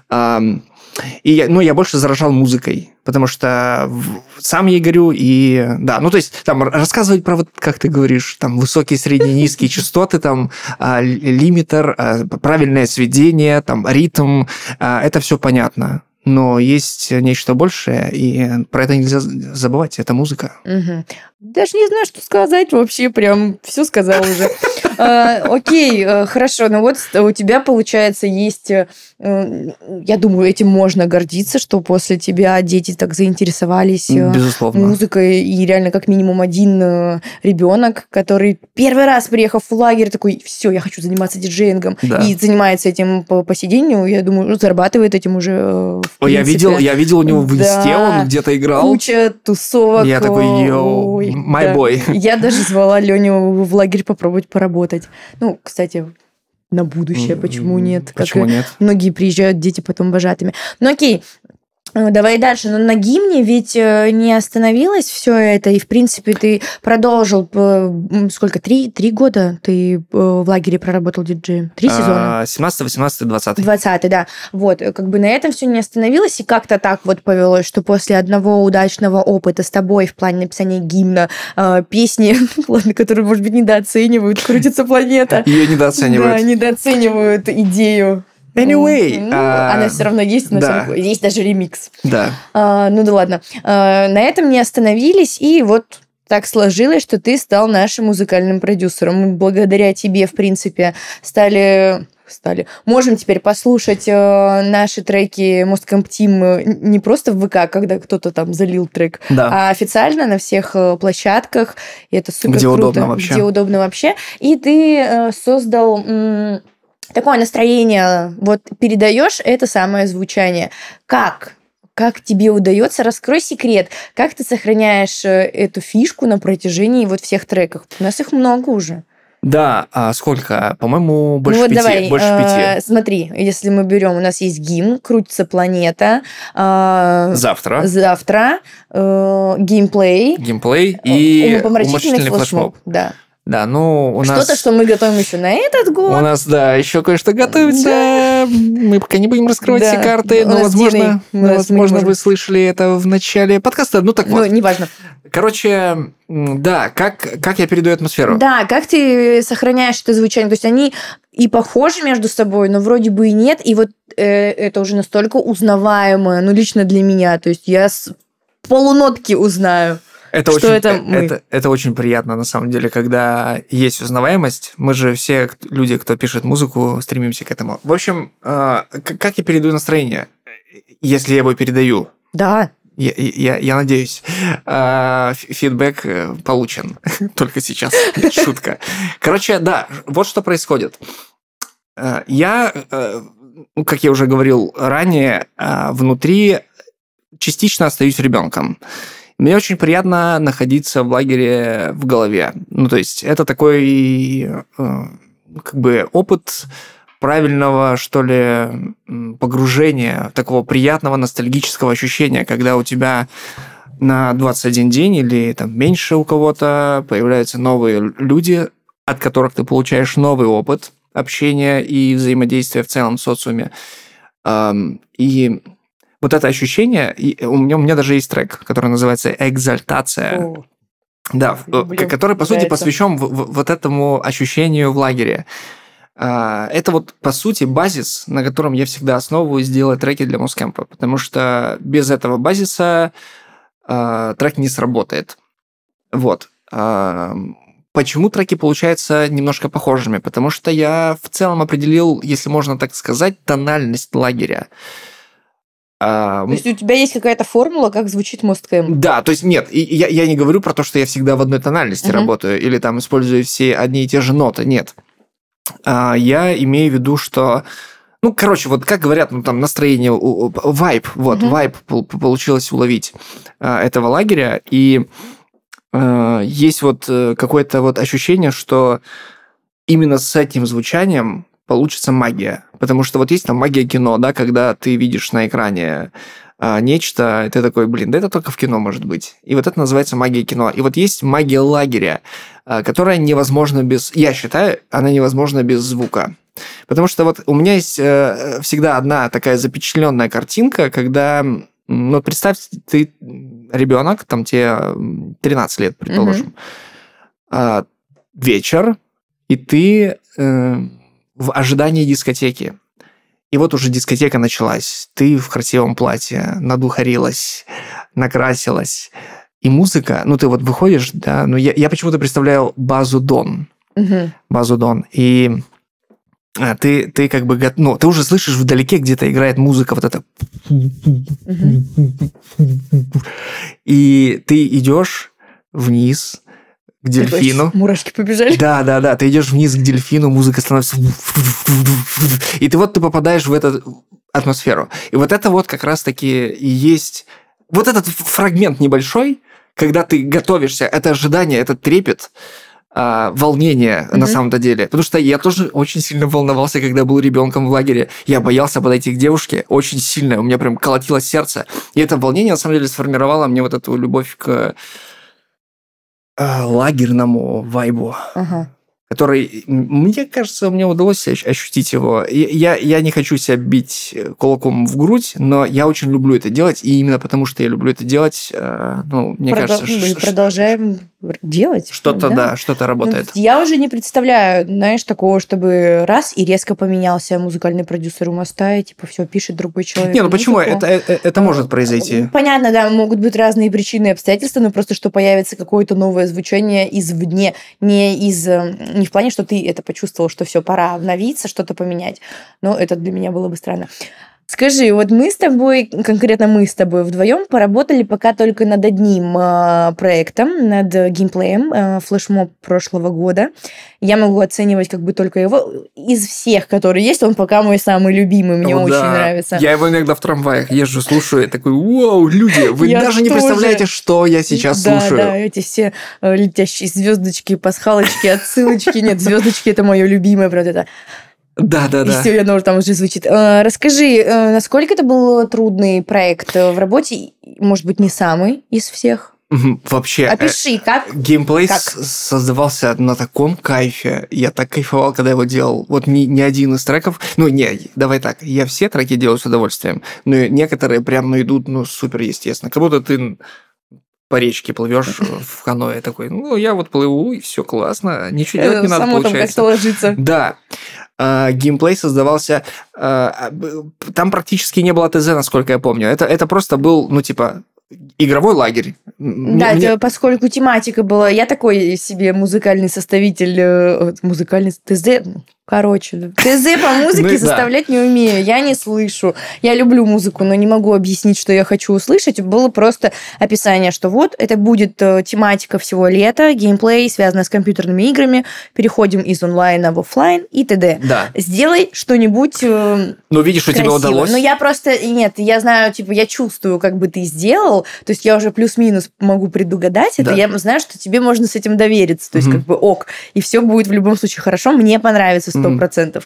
Speaker 2: И я, ну, я больше заражал музыкой, потому что сам я горю, и да, ну, то есть там рассказывать про, вот, как ты говоришь, там, высокие, средние, низкие частоты, там, лимитер, правильное сведение, там, ритм, это все понятно. Но есть нечто большее, и про это нельзя забывать, это музыка.
Speaker 1: Угу. Даже не знаю, что сказать, вообще прям все сказал уже. Окей, хорошо, ну вот у тебя, получается, есть, я думаю, этим можно гордиться, что после тебя дети так заинтересовались музыкой, и реально как минимум один ребенок, который первый раз, приехав в лагерь, такой, все, я хочу заниматься диджеингом, и занимается этим по, по сидению, я думаю, зарабатывает этим уже.
Speaker 2: Ой, я видел, я видел у него в инсте, он где-то играл.
Speaker 1: Куча тусовок.
Speaker 2: Я такой, йоу, my boy.
Speaker 1: Я даже звала Леню в лагерь попробовать поработать. Ну, кстати, на будущее, почему нет?
Speaker 2: Почему
Speaker 1: как
Speaker 2: нет?
Speaker 1: Многие приезжают, дети потом вожатыми. Ну, окей. Давай дальше. Но на гимне ведь не остановилось все это, и, в принципе, ты продолжил... Сколько? Три, три года ты в лагере проработал диджеем? Три сезона?
Speaker 2: семнадцатый, восемнадцатый, двадцатый.
Speaker 1: двадцатый, да. Вот. Как бы на этом все не остановилось, и как-то так вот повелось, что после одного удачного опыта с тобой в плане написания гимна, песни, ладно, которые, может быть, недооценивают, «Крутится планета».
Speaker 2: Ее недооценивают.
Speaker 1: Да, недооценивают идею.
Speaker 2: Anyway.
Speaker 1: Ну, а... Она все равно есть, но
Speaker 2: да.
Speaker 1: все... есть даже ремикс.
Speaker 2: Да.
Speaker 1: А, ну да ладно. А, на этом не остановились, и вот так сложилось, что ты стал нашим музыкальным продюсером. Мы благодаря тебе, в принципе, стали... стали. Можем теперь послушать э, наши треки Moscamp Team не просто в ВК, когда кто-то там залил трек,
Speaker 2: да.
Speaker 1: а официально на всех площадках. И это супер
Speaker 2: где
Speaker 1: круто.
Speaker 2: Удобно вообще.
Speaker 1: Где удобно вообще. И ты э, создал... М- такое настроение, вот передаешь это самое звучание. Как? Как тебе удается? Раскрой секрет. Как ты сохраняешь эту фишку на протяжении вот всех треков? У нас их много уже.
Speaker 2: Да, а сколько? По-моему, больше
Speaker 1: ну, вот
Speaker 2: пяти.
Speaker 1: Давай,
Speaker 2: больше
Speaker 1: э,
Speaker 2: пяти.
Speaker 1: Смотри, если мы берем, у нас есть гимн, «Крутится планета». Э,
Speaker 2: завтра.
Speaker 1: Завтра. Э, геймплей.
Speaker 2: Геймплей и
Speaker 1: умопомрачительный, умопомрачительный флешмоб. Да.
Speaker 2: Да, ну, у
Speaker 1: Что-то,
Speaker 2: нас...
Speaker 1: Что-то, что мы готовим еще на этот год.
Speaker 2: У нас, да, еще кое-что готовится. Да. Мы пока не будем раскрывать да. все карты, но, возможно, но, возможно вы слышали это в начале подкаста. Ну, так вот.
Speaker 1: Ну, неважно.
Speaker 2: Короче, да, как, как я передаю атмосферу?
Speaker 1: Да, как ты сохраняешь это звучание? То есть они и похожи между собой, но вроде бы и нет. И вот э, это уже настолько узнаваемое, ну, лично для меня. То есть я с полунотки узнаю.
Speaker 2: Это
Speaker 1: что
Speaker 2: очень,
Speaker 1: это, мы.
Speaker 2: это, это очень приятно, на самом деле, когда есть узнаваемость. Мы же все люди, кто пишет музыку, стремимся к этому. В общем, э, как я передаю настроение, если я его передаю?
Speaker 1: Да.
Speaker 2: Я, я, я надеюсь, э, фидбэк получен только сейчас. Шутка. Короче, да, вот что происходит. Я, как я уже говорил ранее, внутри частично остаюсь ребенком. Мне очень приятно находиться в лагере в голове. Ну, то есть, это такой э, как бы опыт правильного, что ли, погружения, такого приятного ностальгического ощущения, когда у тебя на двадцать один день или там меньше у кого-то появляются новые люди, от которых ты получаешь новый опыт общения и взаимодействия в целом в социуме. Эм, и... Вот это ощущение, и у меня, у меня даже есть трек, который называется «Экзальтация». О, да, люблю, который, по сути, посвящен в, в, вот этому ощущению в лагере. Это вот, по сути, базис, на котором я всегда основываюсь, делая треки для Музкэмпа, потому что без этого базиса трек не сработает. Вот. Почему треки получаются немножко похожими? Потому что я в целом определил, если можно так сказать, тональность лагеря.
Speaker 1: То есть у тебя есть какая-то формула, как звучит Музкэмп?
Speaker 2: Да, то есть нет, я, я не говорю про то, что я всегда в одной тональности uh-huh. работаю или там использую все одни и те же ноты, нет. Я имею в виду, что... Ну, короче, вот как говорят, ну, там, настроение, вайб, вот, uh-huh. вайб получилось уловить этого лагеря, и есть вот какое-то вот ощущение, что именно с этим звучанием получится магия. Потому что вот есть там магия кино, да, когда ты видишь на экране а, нечто, и ты такой, блин, да это только в кино может быть. И вот это называется магия кино. И вот есть магия лагеря, а, которая невозможна без... Я считаю, она невозможна без звука. Потому что вот у меня есть э, всегда одна такая запечатленная картинка, когда... Ну, представь, ты ребенок, там тебе тринадцать лет, предположим. Mm-hmm. Вечер, и ты э, в ожидании дискотеки. И вот уже дискотека началась. Ты в красивом платье, надухарилась, накрасилась. И музыка, ну, ты вот выходишь, да, ну, я, я почему-то представляю базу Дон. Mm-hmm. Базу Дон. И... Ты, ты как бы, ну, ты уже слышишь вдалеке, где-то играет музыка вот эта. Uh-huh. И ты идешь вниз к дельфину.
Speaker 1: Мурашки побежали.
Speaker 2: Да, да, да. Ты идешь вниз к дельфину, музыка становится... И ты вот ты попадаешь в эту атмосферу. И вот это вот как раз-таки и есть... Вот этот фрагмент небольшой, когда ты готовишься, это ожидание, этот трепет, волнение mm-hmm. на самом-то деле. Потому что я тоже очень сильно волновался, когда был ребенком в лагере. Я боялся подойти к девушке очень сильно. У меня прям колотилось сердце. И это волнение, на самом деле, сформировало мне вот эту любовь к э, лагерному вайбу. Uh-huh. Который, мне кажется, мне удалось ощутить его. Я, я не хочу себя бить кулаком в грудь, но я очень люблю это делать, и именно потому, что я люблю это делать, ну, мне
Speaker 1: Продол-
Speaker 2: кажется...
Speaker 1: Мы
Speaker 2: что,
Speaker 1: продолжаем делать.
Speaker 2: Что-то, да, да что-то работает.
Speaker 1: Ну, я уже не представляю, знаешь, такого, чтобы раз и резко поменялся музыкальный продюсер у моста, и типа все пишет другой человек.
Speaker 2: Не, ну почему? Это, это, это может произойти.
Speaker 1: Понятно, да, могут быть разные причины и обстоятельства, но просто, что появится какое-то новое звучание извне, не из... Не в плане, что ты это почувствовал, что все, пора обновиться, что-то поменять. Но это для меня было бы странно. Скажи, вот мы с тобой, конкретно мы с тобой вдвоем поработали пока только над одним э, проектом, над геймплеем, э, флешмоб прошлого года. Я могу оценивать как бы только его. Из всех, которые есть, он пока мой самый любимый, мне
Speaker 2: О,
Speaker 1: очень
Speaker 2: да.
Speaker 1: нравится.
Speaker 2: Я его иногда в трамваях езжу, слушаю, и такой, вау, люди, вы
Speaker 1: я
Speaker 2: даже не
Speaker 1: тоже.
Speaker 2: представляете, что я сейчас
Speaker 1: да,
Speaker 2: слушаю.
Speaker 1: Да, эти все э, летящие звездочки, пасхалочки, отсылочки. Нет, звездочки это мое любимое, правда, это...
Speaker 2: Да, да, да.
Speaker 1: И все, оно там уже звучит. Расскажи, насколько это был трудный проект в работе? Может быть, не самый из всех?
Speaker 2: Вообще.
Speaker 1: Опиши, как?
Speaker 2: Геймплей
Speaker 1: как?
Speaker 2: создавался на таком кайфе. Я так кайфовал, когда его делал. Вот ни, ни один из треков... Ну, не, давай так. Я все треки делаю с удовольствием. Но некоторые прям ну, идут ну, супер естественно. Как будто ты... по речке плывешь в каноэ такой, ну, я вот плыву, и все классно, ничего делать не надо,
Speaker 1: само
Speaker 2: получается.
Speaker 1: Там как-то ложится.
Speaker 2: Да. А, геймплей создавался... А, там практически не было ТЗ, насколько я помню. Это, это просто был, ну, типа, игровой лагерь.
Speaker 1: Да, мне... поскольку тематика была... Я такой себе музыкальный составитель... Музыкальный ТЗ... Короче, ТЗ по музыке составлять не умею, я не слышу. Я люблю музыку, но не могу объяснить, что я хочу услышать. Было просто описание, что вот это будет тематика всего лета, геймплей, связанный с компьютерными играми, переходим из онлайна в офлайн и т.д.
Speaker 2: Да.
Speaker 1: Сделай что-нибудь красивое.
Speaker 2: Ну, видишь, что тебе удалось.
Speaker 1: Но я просто... Нет, я знаю, типа, я чувствую, как бы ты сделал, то есть я уже плюс-минус могу предугадать это, да. Я знаю, что тебе можно с этим довериться, то есть угу. как бы ок, и все будет в любом случае хорошо, мне понравится сто процентов.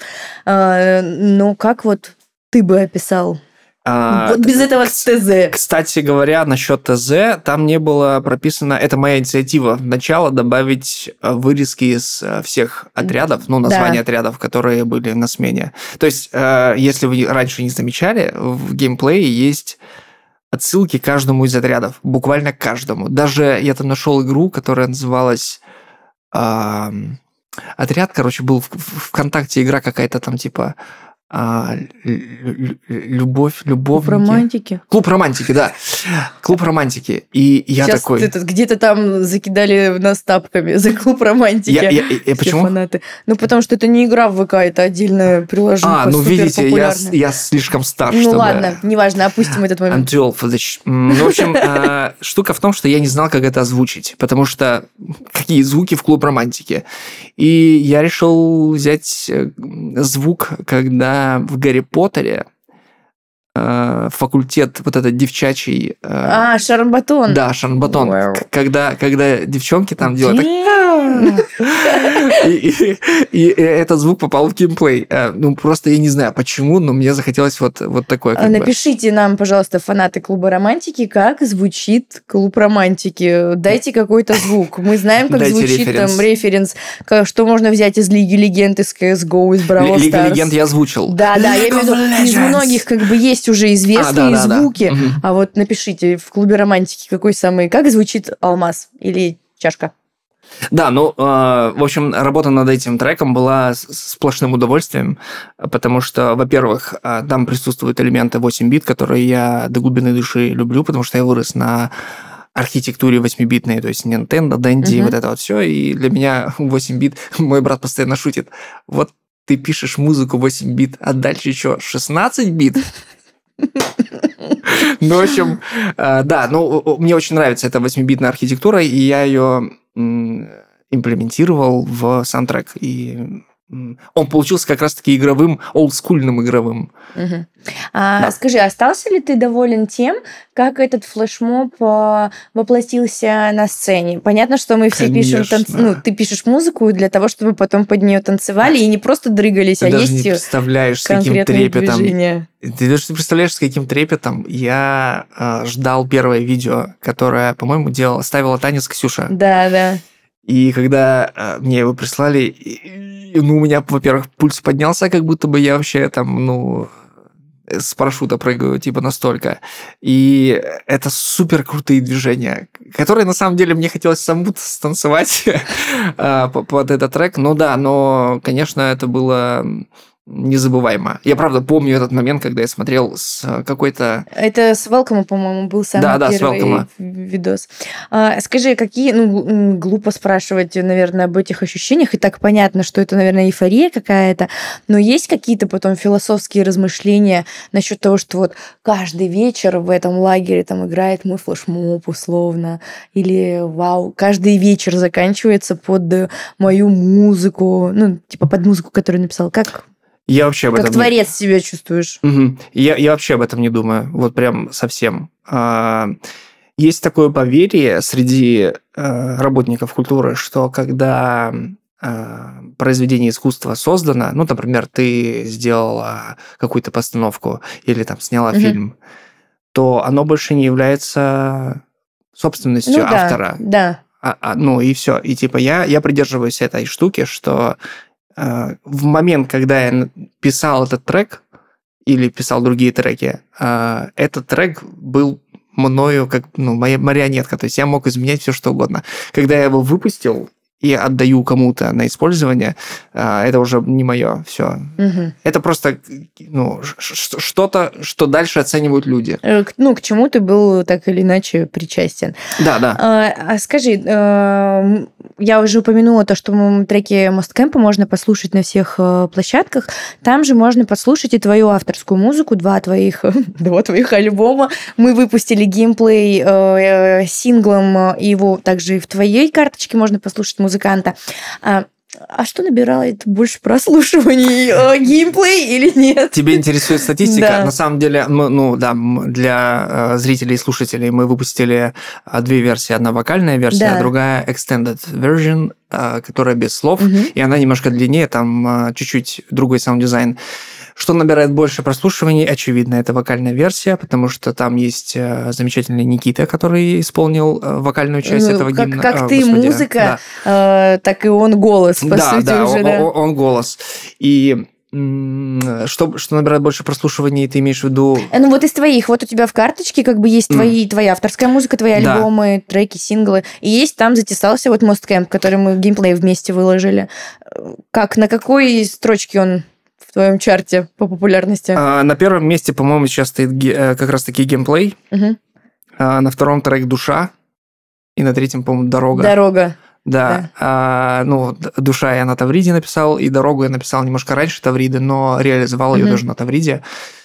Speaker 1: А, ну, как вот ты бы описал? А, вот без этого ТЗ.
Speaker 2: Кстати говоря, насчет ТЗ, там не было прописано, это моя инициатива, начало добавить вырезки из всех отрядов, ну, названия да. отрядов, которые были на смене. То есть, если вы раньше не замечали, в геймплее есть отсылки к каждому из отрядов, буквально к каждому. Даже я там нашел игру, которая называлась... Отряд, короче, был в, в ВКонтакте игра какая-то там типа а, любовь, любовники.
Speaker 1: Клуб романтики.
Speaker 2: Клуб романтики, да. Клуб романтики. И я
Speaker 1: Сейчас
Speaker 2: такой...
Speaker 1: Сейчас где-то там закидали нас тапками за клуб романтики.
Speaker 2: Я, я, я, почему?
Speaker 1: Фанаты. Ну, потому что это не игра в ВК, это отдельное приложение.
Speaker 2: А, ну видите, я, я слишком стар,
Speaker 1: ну,
Speaker 2: чтобы...
Speaker 1: Ну ладно, неважно, опустим этот момент.
Speaker 2: I'm too old for this. Ну, в общем, штука в том, что я не знал, как это озвучить, потому что какие звуки в клуб романтики. И я решил взять звук, когда в Гарри Поттере факультет вот этот девчачий...
Speaker 1: А, Шарбатон.
Speaker 2: Да, Шарбатон.
Speaker 1: Wow.
Speaker 2: Когда, когда девчонки там делают... и, и, и этот звук попал в геймплей. Ну, просто я не знаю, почему, но мне захотелось вот, вот такое.
Speaker 1: Напишите бы. нам, пожалуйста, фанаты Клуба романтики, как звучит Клуб романтики. Дайте какой-то звук. Мы знаем, как Дайте звучит референс. там референс, как, что можно взять из Лиги Легенд, из си эс го, из Бравл Старс.
Speaker 2: Лига Легенд я озвучил.
Speaker 1: Да, да, я имею в виду, из многих как бы есть уже известные а, да, да, звуки. Да. А вот напишите в Клубе романтики, какой самый, как звучит алмаз или чашка.
Speaker 2: Да, ну, э, в общем, работа над этим треком была сплошным удовольствием, потому что, во-первых, там присутствуют элементы восемь бит, которые я до глубины души люблю, потому что я вырос на архитектуре восьмибитной, то есть Nintendo, Dendy, uh-huh. вот это вот все, и для меня восемь бит, мой брат постоянно шутит, вот ты пишешь музыку восемь бит, а дальше что, шестнадцать бит? Ну, в общем, да, ну, мне очень нравится эта восьмибитная архитектура, и я ее имплементировал в саундтрек, и он получился как раз-таки игровым, олдскульным игровым.
Speaker 1: Угу. А, да. Скажи, остался ли ты доволен тем, как этот флешмоб воплотился на сцене? Понятно, что мы все Конечно. пишем, танц... ну, ты пишешь музыку для того, чтобы потом под нее танцевали и не просто дрыгались,
Speaker 2: ты
Speaker 1: а
Speaker 2: даже
Speaker 1: есть
Speaker 2: не представляешь, с каким трепетом.
Speaker 1: Движения.
Speaker 2: Ты даже не представляешь, с каким трепетом я э, ждал первое видео, которое, по-моему, делала, ставила танец Ксюша.
Speaker 1: Да, да.
Speaker 2: И когда э, мне его прислали, и, ну, у меня, во-первых, пульс поднялся, как будто бы я вообще там, ну, с парашюта прыгаю, типа, настолько. И это супер крутые движения, которые, на самом деле, мне хотелось самому станцевать под этот трек. Ну да, но, конечно, это было... незабываемо. Я, правда, помню этот момент, когда я смотрел с какой-то...
Speaker 1: Это с Велкома, по-моему, был самый
Speaker 2: да, да,
Speaker 1: первый видос. А, скажи, какие... Ну, глупо спрашивать, наверное, об этих ощущениях, и так понятно, что это, наверное, эйфория какая-то, но есть какие-то потом философские размышления насчет того, что вот каждый вечер в этом лагере там играет мой флешмоб условно, или вау, каждый вечер заканчивается под мою музыку, ну, типа под музыку, которую написал. Как...
Speaker 2: Я вообще об
Speaker 1: как
Speaker 2: этом
Speaker 1: творец
Speaker 2: не...
Speaker 1: себя чувствуешь.
Speaker 2: Угу. Я, я вообще об этом не думаю. Вот прям совсем. Есть такое поверье среди работников культуры, что когда произведение искусства создано, ну, например, ты сделала какую-то постановку или там сняла угу. фильм, то оно больше не является собственностью
Speaker 1: ну, да,
Speaker 2: автора.
Speaker 1: Да.
Speaker 2: А, а, ну и все. И типа я, я придерживаюсь этой штуки, что в момент, когда я писал этот трек или писал другие треки, этот трек был мною как ну, моя марионетка, то есть я мог изменять все что угодно. Когда я его выпустил и отдаю кому-то на использование, это уже не мое все. Угу. Это просто ну, что-то, что дальше оценивают люди.
Speaker 1: Ну, к чему ты был так или иначе причастен.
Speaker 2: Да, да.
Speaker 1: А, скажи, я уже упомянула то, что треки Мосткэмпа можно послушать на всех площадках. Там же можно послушать и твою авторскую музыку, два твоих, два твоих альбома. Мы выпустили геймплей синглом, и его также и в твоей карточке можно послушать музыканта. А, а что набирает больше прослушиваний, геймплей или нет?
Speaker 2: Тебе интересует статистика?
Speaker 1: Да.
Speaker 2: На самом деле, мы, ну да, для зрителей и слушателей мы выпустили две версии. Одна вокальная версия, да. а другая extended version, которая без слов, угу. и она немножко длиннее, там чуть-чуть другой саунд-дизайн. Что набирает больше прослушиваний? Очевидно, это вокальная версия, потому что там есть замечательный Никита, который исполнил вокальную часть ну, этого
Speaker 1: как,
Speaker 2: гимна.
Speaker 1: Как
Speaker 2: а,
Speaker 1: ты
Speaker 2: господи,
Speaker 1: музыка,
Speaker 2: да.
Speaker 1: э, так и он голос, по
Speaker 2: да,
Speaker 1: сути,
Speaker 2: да,
Speaker 1: уже.
Speaker 2: Он,
Speaker 1: да,
Speaker 2: он, он голос. И Что, что набирает больше прослушиваний, ты имеешь в виду?
Speaker 1: Ну вот из твоих, вот у тебя в карточке как бы есть твои, mm. твоя авторская музыка, твои да. альбомы, треки, синглы, и есть там затесался вот Most Camp, который мы геймплей вместе выложили. Как, на какой строчке он в твоем чарте по популярности?
Speaker 2: А, на первом месте, по-моему, сейчас стоит как раз-таки геймплей, uh-huh. а, на втором трек «Душа», и на третьем, по-моему, «Дорога».
Speaker 1: «Дорога».
Speaker 2: Да,
Speaker 1: да.
Speaker 2: А, ну, «Душа» я на Тавриде написал, и «Дорогу» я написал немножко раньше Тавриды, но реализовал mm-hmm. ее даже на Тавриде.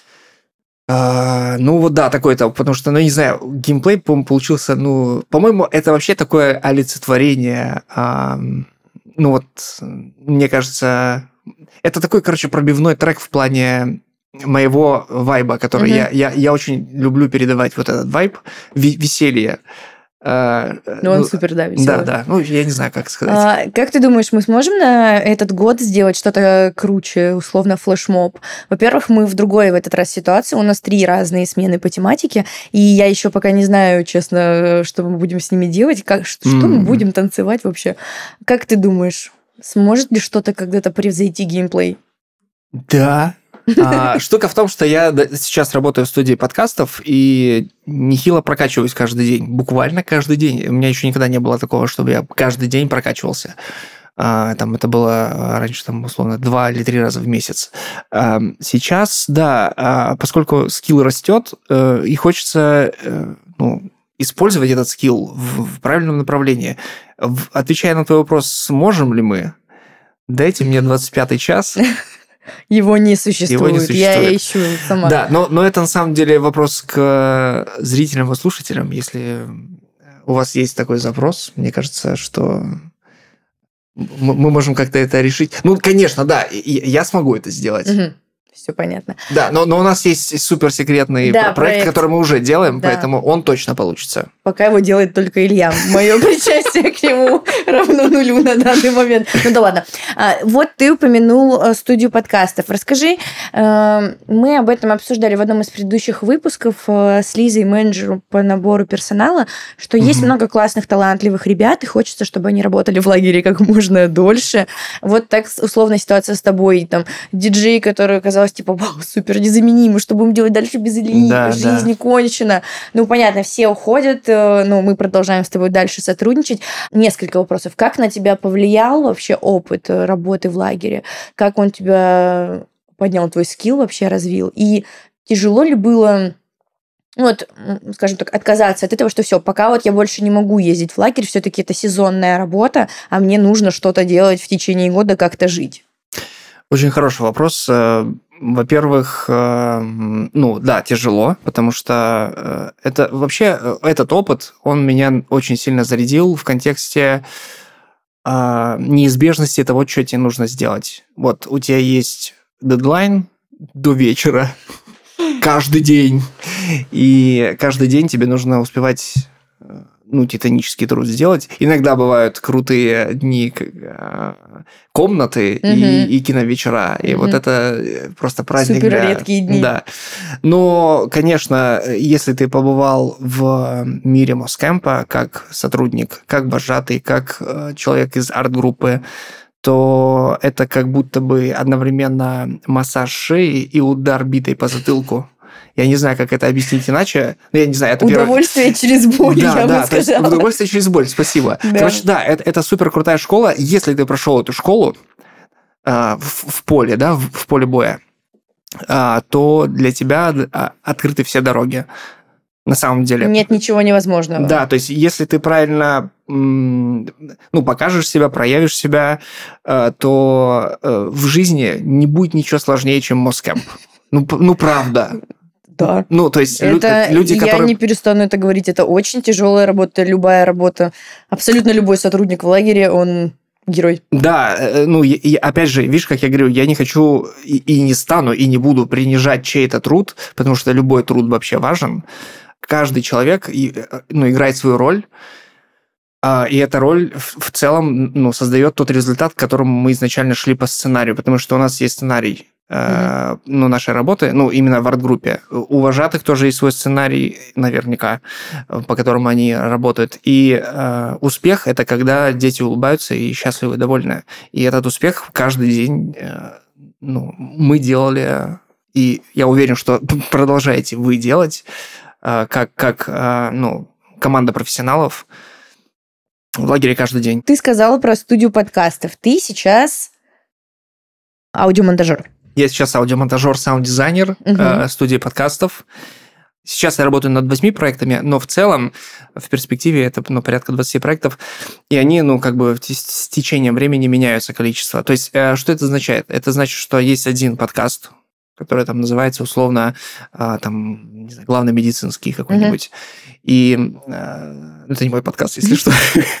Speaker 2: А, ну, вот да, такой-то, потому что, ну, не знаю, геймплей, по-моему, получился, ну, по-моему, это вообще такое олицетворение, а, ну, вот, мне кажется, это такой, короче, пробивной трек в плане моего вайба, который mm-hmm. я, я, я очень люблю передавать вот этот вайб, веселье.
Speaker 1: Ну, он ну, супер, да, веселый.
Speaker 2: Да, да. Ну, я не знаю, как сказать.
Speaker 1: А, как ты думаешь, мы сможем на этот год сделать что-то круче, условно, флешмоб? Во-первых, мы в другой в этот раз ситуации. У нас три разные смены по тематике, и я еще пока не знаю, честно, что мы будем с ними делать, как, что mm. мы будем танцевать вообще. Как ты думаешь, сможет ли что-то когда-то превзойти геймплей?
Speaker 2: Да. А, штука в том, что я сейчас работаю в студии подкастов и нехило прокачиваюсь каждый день. Буквально каждый день. У меня еще никогда не было такого, чтобы я каждый день прокачивался. А, там это было раньше, там, условно, два или три раза в месяц. А, сейчас, да, а, поскольку скилл растет, э, и хочется э, ну, использовать этот скилл в, в правильном направлении. В, отвечая на твой вопрос, сможем ли мы, дайте мне двадцать пятый час...
Speaker 1: Его не существует.
Speaker 2: Его не существует.
Speaker 1: Я ищу сама.
Speaker 2: Да, но, но это на самом деле вопрос к зрителям и слушателям. Если у вас есть такой запрос, мне кажется, что мы, мы можем как-то это решить. Ну, конечно, да, я смогу это сделать.
Speaker 1: Угу. Все понятно.
Speaker 2: Да, но, но у нас есть суперсекретный да, проект, проект, который мы уже делаем, да. Поэтому он точно получится.
Speaker 1: Пока его делает только Илья. Мое причастие к нему равно нулю на данный момент. Ну да ладно. Вот ты упомянул студию подкастов. Расскажи, мы об этом обсуждали в одном из предыдущих выпусков с Лизой, менеджером по набору персонала, что есть mm-hmm. много классных, талантливых ребят, и хочется, чтобы они работали в лагере как можно дольше. Вот так условно ситуация с тобой. Там диджей, который оказался типа, вау, супер незаменимый, что будем делать дальше без Ильи,
Speaker 2: да,
Speaker 1: жизнь
Speaker 2: да.
Speaker 1: кончена. Ну, понятно, все уходят, но мы продолжаем с тобой дальше сотрудничать. Несколько вопросов. Как на тебя повлиял вообще опыт работы в лагере? Как он тебя поднял, твой скилл вообще развил? И тяжело ли было... Вот, скажем так, отказаться от этого, что все, пока вот я больше не могу ездить в лагерь, все-таки это сезонная работа, а мне нужно что-то делать в течение года, как-то жить.
Speaker 2: Очень хороший вопрос. Во-первых, ну да, тяжело, потому что это вообще этот опыт, он меня очень сильно зарядил в контексте неизбежности того, что тебе нужно сделать. Вот у тебя есть дедлайн до вечера каждый день, и каждый день тебе нужно успевать ну, титанический труд сделать. Иногда бывают крутые дни комнаты угу. и, и киновечера. И угу. вот это просто праздник.
Speaker 1: Супер
Speaker 2: для...
Speaker 1: редкие дни.
Speaker 2: Да. Но, конечно, если ты побывал в мире Москэмпа как сотрудник, как вожатый, как человек из арт-группы, то это как будто бы одновременно массаж шеи и удар битой по затылку. Я не знаю, как это объяснить иначе. Но я не знаю, это
Speaker 1: удовольствие
Speaker 2: первое...
Speaker 1: через боль,
Speaker 2: да,
Speaker 1: я
Speaker 2: да,
Speaker 1: бы сказала.
Speaker 2: Удовольствие через боль, спасибо. Да. Короче, да, это, это супер крутая школа. Если ты прошел эту школу э, в, в поле, да, в, в поле боя, э, то для тебя открыты все дороги. На самом деле.
Speaker 1: Нет ничего невозможного.
Speaker 2: Да, то есть если ты правильно ну, покажешь себя, проявишь себя, э, то э, в жизни не будет ничего сложнее, чем Москэмп. Ну, ну, правда.
Speaker 1: Да.
Speaker 2: Ну, то есть
Speaker 1: это,
Speaker 2: люди, которые...
Speaker 1: Я не перестану это говорить. Это очень тяжелая работа, любая работа. Абсолютно любой сотрудник в лагере, он герой.
Speaker 2: Да, ну, и, опять же, видишь, как я говорю, я не хочу и, и не стану, и не буду принижать чей-то труд, потому что любой труд вообще важен. Каждый человек ну, играет свою роль, и эта роль в целом ну, создает тот результат, к которому мы изначально шли по сценарию, потому что у нас есть сценарий mm-hmm. ну, нашей работы, ну, именно в арт-группе. У вожатых тоже есть свой сценарий, наверняка, по которому они работают. И э, успех – это когда дети улыбаются и счастливы, довольны. И этот успех каждый день э, ну, мы делали, и я уверен, что продолжаете вы делать, как, как ну, команда профессионалов в лагере каждый день.
Speaker 1: Ты сказала про студию подкастов. Ты сейчас аудиомонтажер.
Speaker 2: Я сейчас аудиомонтажер, саунд-дизайнер угу. студии подкастов. Сейчас я работаю над восьми проектами, но в целом, в перспективе, это ну, порядка двадцати проектов, и они, ну, как бы с течением времени меняются количество. То есть, что это означает? Это значит, что есть один подкаст, который там называется условно, там, не знаю, главный медицинский какой-нибудь. Mm-hmm. И это не мой подкаст, если что.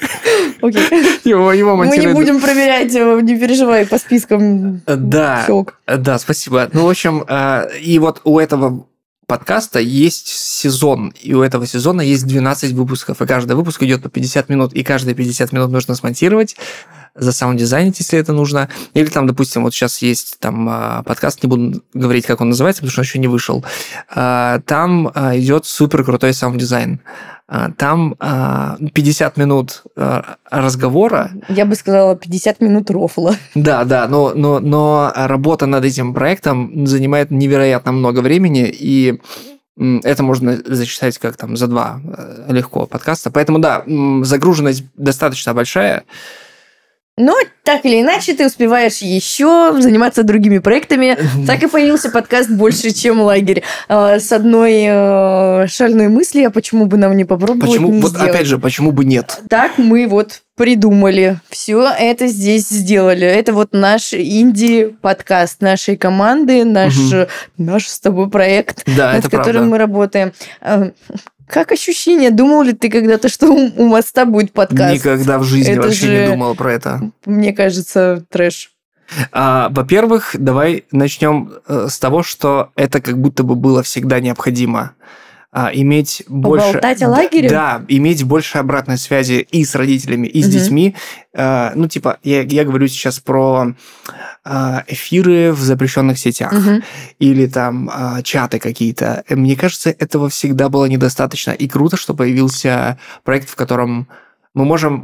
Speaker 1: Okay. Его, его Мы не будем проверять, не переживай, по спискам.
Speaker 2: Да, да, спасибо. Ну, в общем, и вот у этого подкаста есть сезон, и у этого сезона есть двенадцать выпусков, и каждый выпуск идет по пятьдесят минут, и каждые пятьдесят минут нужно смонтировать, засаунд-дизайнить, если это нужно. Или там, допустим, вот сейчас есть там подкаст, не буду говорить, как он называется, потому что он еще не вышел. Там идет супер крутой саунд-дизайн. Там пятьдесят минут разговора.
Speaker 1: Я бы сказала, пятьдесят минут рофла.
Speaker 2: Да, да, но, но, но работа над этим проектом занимает невероятно много времени, и это можно засчитать как там за два легко подкаста. Поэтому, да, загруженность достаточно большая.
Speaker 1: Но так или иначе ты успеваешь еще заниматься другими проектами. Так и появился подкаст «Больше, чем лагерь». С одной шальной мыслью, а почему бы нам не попробовать
Speaker 2: почему,
Speaker 1: не
Speaker 2: вот
Speaker 1: сделать?
Speaker 2: Опять же, почему бы нет?
Speaker 1: Так мы вот придумали. Все это здесь сделали. Это вот наш инди-подкаст нашей команды, наш, угу. наш с тобой проект,
Speaker 2: да,
Speaker 1: над которым
Speaker 2: правда.
Speaker 1: мы работаем. Как ощущение? Думал ли ты когда-то, что у моста будет подкаст?
Speaker 2: Никогда в жизни
Speaker 1: это
Speaker 2: вообще
Speaker 1: же,
Speaker 2: не думал про это.
Speaker 1: Мне кажется, трэш.
Speaker 2: А, во-первых, давай начнем с того, что это как будто бы было всегда необходимо. А, иметь больше...
Speaker 1: Поболтать о лагере?
Speaker 2: Да, иметь больше обратной связи и с родителями, и с угу. детьми. А, ну, типа, я, я говорю сейчас про а, эфиры в запрещенных сетях угу. или там а, чаты какие-то. Мне кажется, этого всегда было недостаточно. И круто, что появился проект, в котором мы можем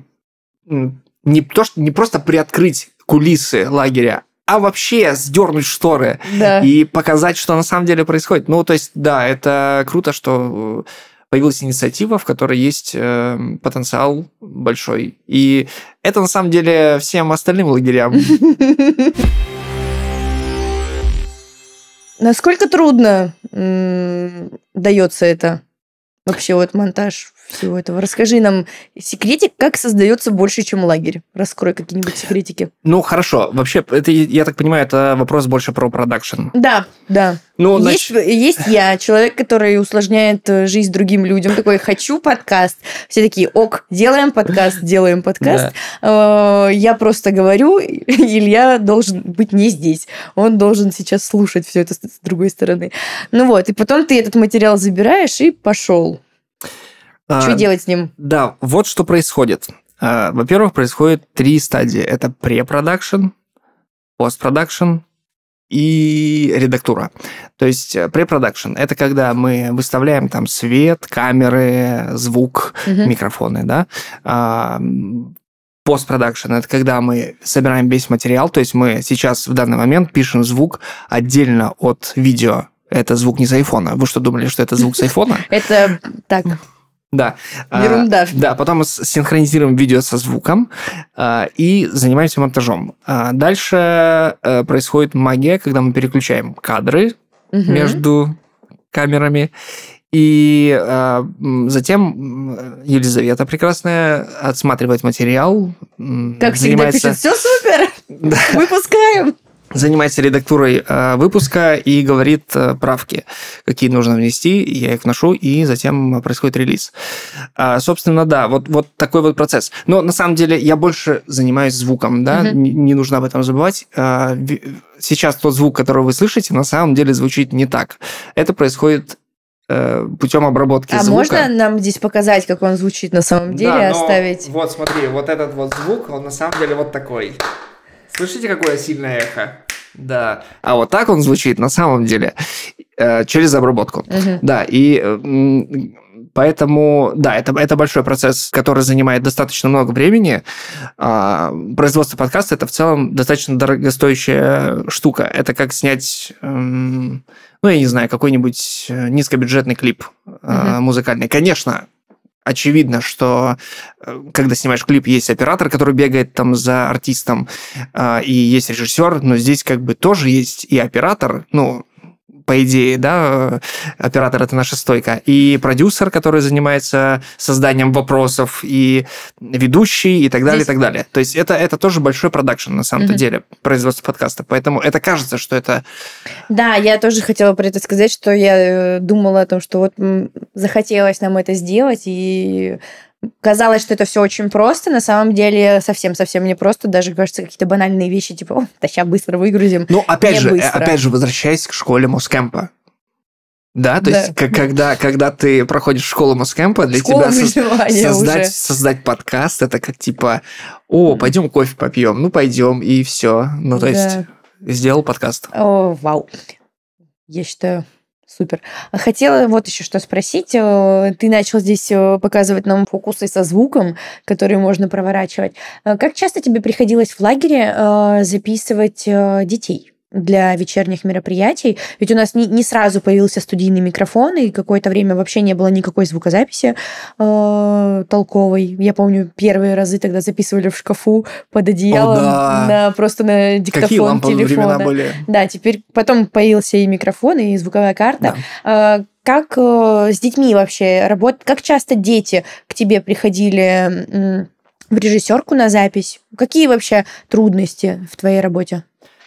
Speaker 2: не, то, что, не просто приоткрыть кулисы лагеря, а вообще сдернуть шторы
Speaker 1: да.
Speaker 2: и показать, что на самом деле происходит. Ну, то есть, да, это круто, что появилась инициатива, в которой есть э, потенциал большой. И это, на самом деле, всем остальным лагерям.
Speaker 1: Насколько трудно дается это? Вообще вот монтаж всего этого. Расскажи нам секретик, как создается больше, чем лагерь. Раскрой какие-нибудь секретики.
Speaker 2: Ну, хорошо. Вообще, это, я так понимаю, это вопрос больше про продакшн.
Speaker 1: Да, да.
Speaker 2: Ну,
Speaker 1: есть, значит... есть я, человек, который усложняет жизнь другим людям. Такой, хочу подкаст. Все такие, ок, делаем подкаст, делаем подкаст. Да. Я просто говорю, Илья должен быть не здесь. Он должен сейчас слушать все это с другой стороны. Ну вот, и потом ты этот материал забираешь и пошел. Что а, делать с ним?
Speaker 2: Да, вот что происходит. Во-первых, происходит три стадии. Это препродакшн, постпродакшн и редактура. То есть препродакшн – это когда мы выставляем там свет, камеры, звук, угу. микрофоны, да. Постпродакшн – это когда мы собираем весь материал, то есть мы сейчас в данный момент пишем звук отдельно от видео. Это звук не с айфона. Вы что, думали, что это звук с айфона?
Speaker 1: Это так...
Speaker 2: Да.
Speaker 1: Ерунда.
Speaker 2: А, да, потом мы синхронизируем видео со звуком а, и занимаемся монтажом. А дальше а, происходит магия, когда мы переключаем кадры угу. между камерами. И а, затем Елизавета прекрасная отсматривает материал.
Speaker 1: Как занимается... всегда пишет, все супер, да. Выпускаем.
Speaker 2: Занимается редактурой э, выпуска и говорит э, правки, какие нужно внести, я их вношу, и затем происходит релиз. А, собственно, да, вот, вот такой вот процесс. Но на самом деле я больше занимаюсь звуком, да, uh-huh. не, не нужно об этом забывать. А, сейчас тот звук, который вы слышите, на самом деле звучит не так. Это происходит э, путем обработки
Speaker 1: а
Speaker 2: звука.
Speaker 1: А можно нам здесь показать, как он звучит на самом деле,
Speaker 2: да,
Speaker 1: оставить?
Speaker 2: Вот смотри, вот этот вот звук, он на самом деле вот такой. Слышите, какое сильное эхо? Да. А вот так он звучит на самом деле э, через обработку. Uh-huh. Да, и э, Поэтому, да, это, это большой процесс, который занимает достаточно много времени. А, производство подкаста – это в целом достаточно дорогостоящая штука. Это как снять, эм, ну, я не знаю, какой-нибудь низкобюджетный клип э, музыкальный. Конечно, очевидно, что когда снимаешь клип, есть оператор, который бегает там за артистом, э, и есть режиссер, но здесь как бы тоже есть и оператор, ну, по идее, да, оператор – это наша стойка, и продюсер, который занимается созданием вопросов, и ведущий, и так далее, Здесь... и так далее. То есть это, это тоже большой продакшн, на самом-то mm-hmm. деле, производство подкаста. Поэтому это кажется, что это...
Speaker 1: Да, я тоже хотела про это сказать, что я думала о том, что вот захотелось нам это сделать, и... Казалось, что это все очень просто, на самом деле совсем-совсем не просто, даже, кажется, какие-то банальные вещи, типа, о, да сейчас быстро выгрузим.
Speaker 2: Ну, опять
Speaker 1: не
Speaker 2: же,
Speaker 1: быстро.
Speaker 2: опять же, возвращаясь к школе Москэмпа. Да, то да. есть, как, когда, когда ты проходишь школу Москэмпа, для Школа тебя со- создать, создать подкаст, это как типа, о, пойдем кофе попьем, ну, пойдем, и все. Ну, то да. есть, сделал подкаст.
Speaker 1: О, вау. Я считаю... Супер. Хотела вот еще что спросить. Ты начал здесь показывать нам фокусы со звуком, которые можно проворачивать. Как часто тебе приходилось в лагере записывать детей для вечерних мероприятий? Ведь у нас не, не сразу появился студийный микрофон, и какое-то время вообще не было никакой звукозаписи э, толковой. Я помню, первые разы тогда записывали в шкафу под одеялом,
Speaker 2: О, да.
Speaker 1: на, просто на диктофон
Speaker 2: Какие ламповые
Speaker 1: телефона.
Speaker 2: времена были.
Speaker 1: Да, теперь потом появился и микрофон, и звуковая карта. Да. Э, как э, с детьми вообще работать? Как часто дети к тебе приходили э, в режиссерку на запись? Какие вообще трудности в твоей работе?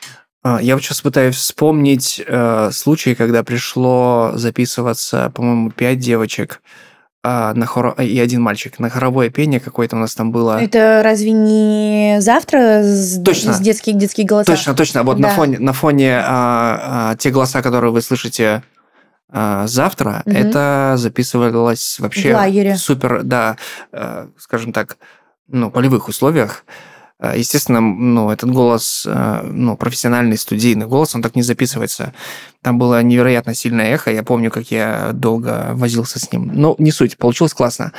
Speaker 2: Я вот сейчас пытаюсь вспомнить э, случай, когда пришло записываться, по-моему, пять девочек э, на хор... и один мальчик. На хоровое пение какое-то у нас там было.
Speaker 1: Это разве не завтра с,
Speaker 2: точно.
Speaker 1: с детские, детские голоса?
Speaker 2: Точно, точно. Вот да. на фоне, на фоне э, э, те голоса, которые вы слышите э, завтра, угу. это записывалось вообще
Speaker 1: в лагере.
Speaker 2: Супер, да, э, скажем так, ну, полевых условиях. Естественно, ну, этот голос, ну, профессиональный, студийный голос, он так не записывается. Там было невероятно сильное эхо. Я помню, как я долго возился с ним. Но не суть, получилось классно.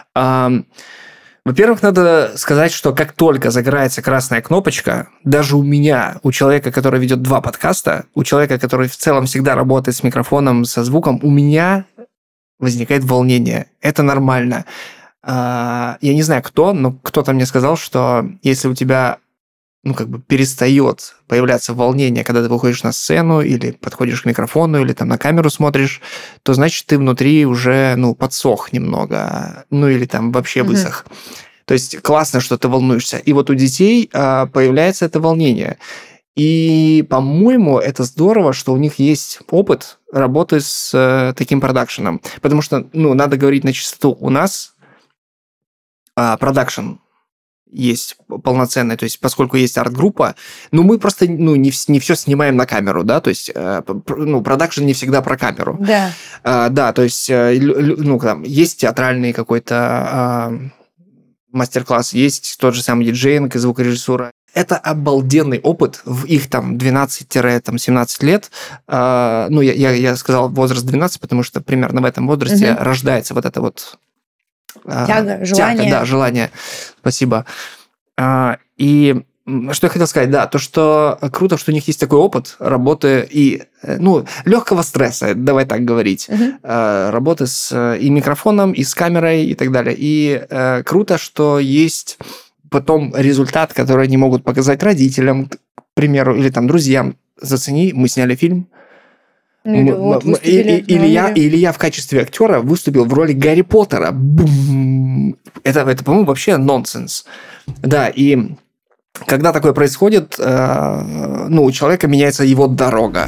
Speaker 2: Во-первых, надо сказать, что как только загорается красная кнопочка, даже у меня, у человека, который ведет два подкаста, у человека, который в целом всегда работает с микрофоном, со звуком, у меня возникает волнение. Это нормально. Я не знаю, кто, но кто-то мне сказал, что если у тебя, ну, как бы перестает появляться волнение, когда ты выходишь на сцену или подходишь к микрофону, или там на камеру смотришь, то значит, ты внутри уже, ну, подсох немного, ну, или там вообще высох. Mm-hmm. То есть классно, что ты волнуешься. И вот у детей появляется это волнение. И, по-моему, это здорово, что у них есть опыт работы с таким продакшеном. Потому что, ну, надо говорить на чистоту. У нас продакшн есть полноценный, то есть поскольку есть арт-группа, ну, мы просто ну, не, не все снимаем на камеру, да, то есть ну, продакшн не всегда про камеру.
Speaker 1: Да.
Speaker 2: А, да, то есть ну, там, есть театральный какой-то а, мастер-класс, есть тот же самый диджеинг и звукорежиссура. Это обалденный опыт в их там двенадцать-семнадцать лет. А, ну, я, я, я сказал возраст двенадцать, потому что примерно в этом возрасте угу. рождается вот это вот
Speaker 1: Тяга, желание.
Speaker 2: Тяга, да, желание. Спасибо. И что я хотел сказать, да, то, что круто, что у них есть такой опыт работы и, ну, легкого стресса, давай так говорить, uh-huh. работы с и микрофоном, и с камерой, и так далее. И круто, что есть потом результат, который они могут показать родителям, к примеру, или там друзьям. Зацени, мы сняли фильм.
Speaker 1: Или, вот,
Speaker 2: и, и, или, я, или я в качестве актера выступил в роли Гарри Поттера. Бум! Это, это, по-моему, вообще нонсенс. Да, и когда такое происходит, э, ну, у человека меняется его дорога.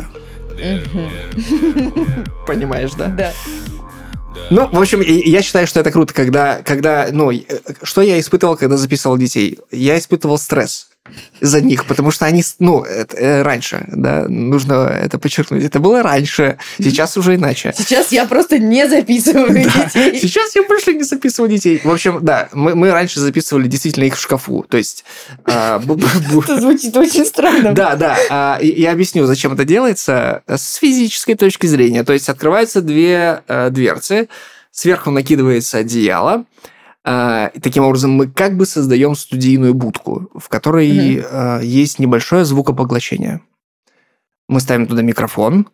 Speaker 2: Понимаешь, да?
Speaker 1: Да.
Speaker 2: Ну, в общем, я считаю, что это круто, когда, когда, ну, что я испытывал, когда записывал детей? Я испытывал стресс за них, потому что они, ну, это, раньше, да, нужно это подчеркнуть, это было раньше, сейчас уже иначе.
Speaker 1: Сейчас я просто не записываю
Speaker 2: да,
Speaker 1: детей.
Speaker 2: Сейчас я больше не записываю детей. В общем, да, мы, мы раньше записывали действительно их в шкафу, то есть...
Speaker 1: Это звучит очень странно.
Speaker 2: Да, да, я объясню, зачем это делается с физической точки зрения, то есть открываются две дверцы, сверху накидывается одеяло. Uh, и таким образом мы как бы создаем студийную будку, в которой mm-hmm. uh, есть небольшое звукопоглощение. Мы ставим туда микрофон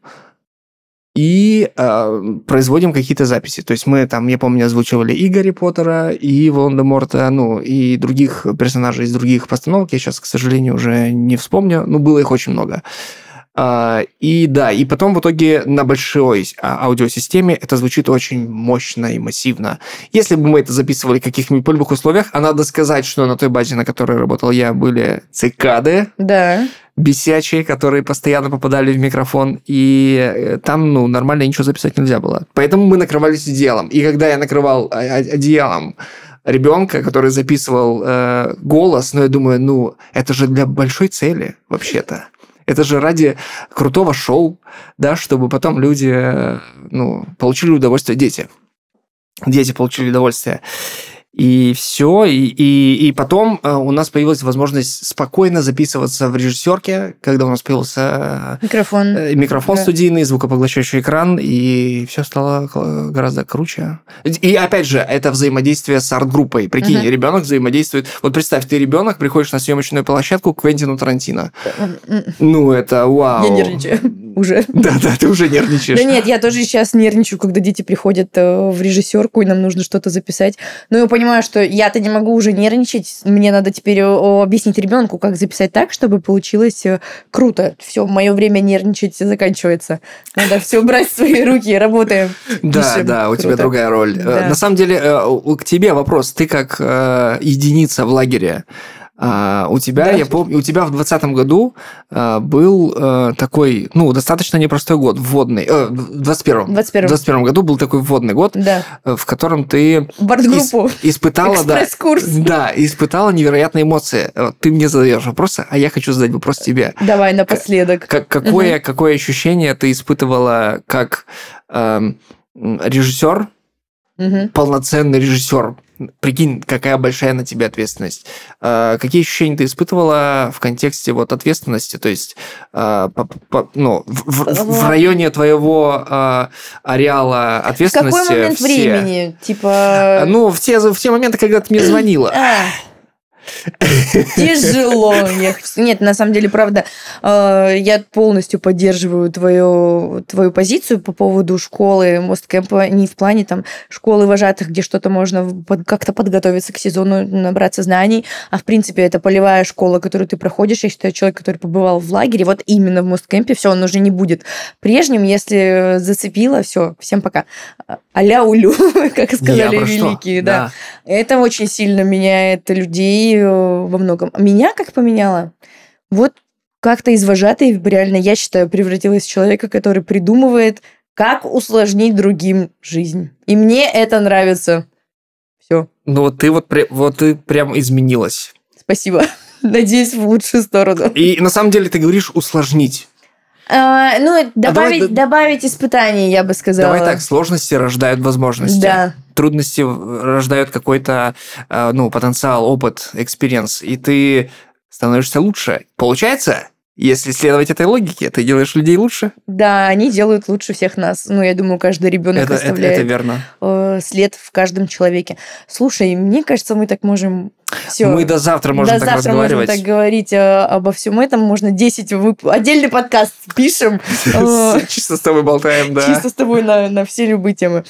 Speaker 2: и uh, производим какие-то записи. То есть мы там, я помню, озвучивали и Гарри Поттера, и Волан-де-Морта, ну, и других персонажей из других постановок. Я сейчас, к сожалению, уже не вспомню. Ну, было их очень много. Uh, и да, и потом в итоге на большой uh, аудиосистеме это звучит очень мощно и массивно. Если бы мы это записывали в каких-нибудь полевых условиях, а надо сказать, что на той базе, на которой работал я, были цикады,
Speaker 1: да.
Speaker 2: бесячие, которые постоянно попадали в микрофон, и там, ну, нормально ничего записать нельзя было. Поэтому мы накрывались одеялом. И когда я накрывал одеялом ребенка, который записывал э, голос, ну, я думаю, ну, это же для большой цели, вообще-то. Это же ради крутого шоу, да, чтобы потом люди, ну, получили удовольствие, дети. Дети получили удовольствие. И все. И, и, и потом у нас появилась возможность спокойно записываться в режиссерке, когда у нас появился
Speaker 1: микрофон,
Speaker 2: микрофон
Speaker 1: да.
Speaker 2: студийный, звукопоглощающий экран, и все стало гораздо круче. И опять же, это взаимодействие с арт-группой. Прикинь, uh-huh. ребенок взаимодействует. Вот представь, ты ребенок, приходишь на съемочную площадку к Квентину Тарантино. Ну, это вау.
Speaker 1: Я нервничаю уже.
Speaker 2: Да-да, ты уже нервничаешь.
Speaker 1: Да нет, я тоже сейчас нервничаю, когда дети приходят в режиссерку, и нам нужно что-то записать. Но я понимаю, что я-то не могу уже нервничать. Мне надо теперь объяснить ребенку, как записать так, чтобы получилось круто. Все, мое время нервничать заканчивается. Надо все брать в свои руки, работаем.
Speaker 2: Да, да, у тебя другая роль. На самом деле, к тебе вопрос. Ты как единица в лагере. Uh, у тебя, да. я помню, у тебя в двадцатом году uh, был uh, такой, ну, достаточно непростой год, вводный. Uh, в двадцать первом.
Speaker 1: двадцать первом.
Speaker 2: В двадцать первом году был такой вводный год,
Speaker 1: да.
Speaker 2: uh, в котором ты
Speaker 1: Бардгруппу.
Speaker 2: Ис- испытала, да, да, испытала невероятные эмоции. Ты мне задаешь вопросы, а я хочу задать вопрос тебе.
Speaker 1: Давай напоследок.
Speaker 2: К- какое, угу. какое ощущение ты испытывала как э, режиссер, угу. полноценный режиссер? Прикинь, какая большая на тебе ответственность. Э, какие ощущения ты испытывала в контексте вот ответственности? То есть, э, по, по, ну, в, в, в районе твоего э, ареала ответственности.
Speaker 1: В какой момент
Speaker 2: все,
Speaker 1: времени? Типа...
Speaker 2: Ну, в те, в те моменты, когда ты мне звонила.
Speaker 1: Тяжело. Нет, на самом деле, правда, я полностью поддерживаю твою, твою позицию по поводу школы Мосткэмпа, не в плане там школы вожатых, где что-то можно как-то подготовиться к сезону, набраться знаний, а в принципе это полевая школа, которую ты проходишь. Я считаю, человек, который побывал в лагере, вот именно в Мосткэмпе, все, он уже не будет прежним, если зацепило, все, всем пока. Аля-улю, как сказали великие. Да. Да. Это очень сильно меняет людей во многом. Меня как поменяло? Вот как-то из вожатой, реально, я считаю, превратилась в человека, который придумывает, как усложнить другим жизнь. И мне это нравится. Все.
Speaker 2: Ну вот ты вот, вот ты прям изменилась.
Speaker 1: Спасибо. Надеюсь, в лучшую сторону.
Speaker 2: И на самом деле ты говоришь усложнить.
Speaker 1: А, ну, добавить, а давай, добавить испытаний, я бы сказала.
Speaker 2: Давай так, сложности рождают возможности.
Speaker 1: Да.
Speaker 2: Трудности рождают какой-то, ну, потенциал, опыт, экспириенс, и ты становишься лучше. Получается? Если следовать этой логике, ты делаешь людей лучше?
Speaker 1: Да, они делают лучше всех нас. Ну, я думаю, каждый ребенок
Speaker 2: это,
Speaker 1: оставляет
Speaker 2: это, это верно.
Speaker 1: след в каждом человеке. Слушай, мне кажется, мы так можем... Всё.
Speaker 2: Мы до завтра можем
Speaker 1: до
Speaker 2: так
Speaker 1: завтра
Speaker 2: разговаривать.
Speaker 1: Можем так говорить обо всем этом. Можно десять вып... Отдельный подкаст пишем.
Speaker 2: Чисто с тобой болтаем, да.
Speaker 1: Чисто с тобой на, на все любые темы.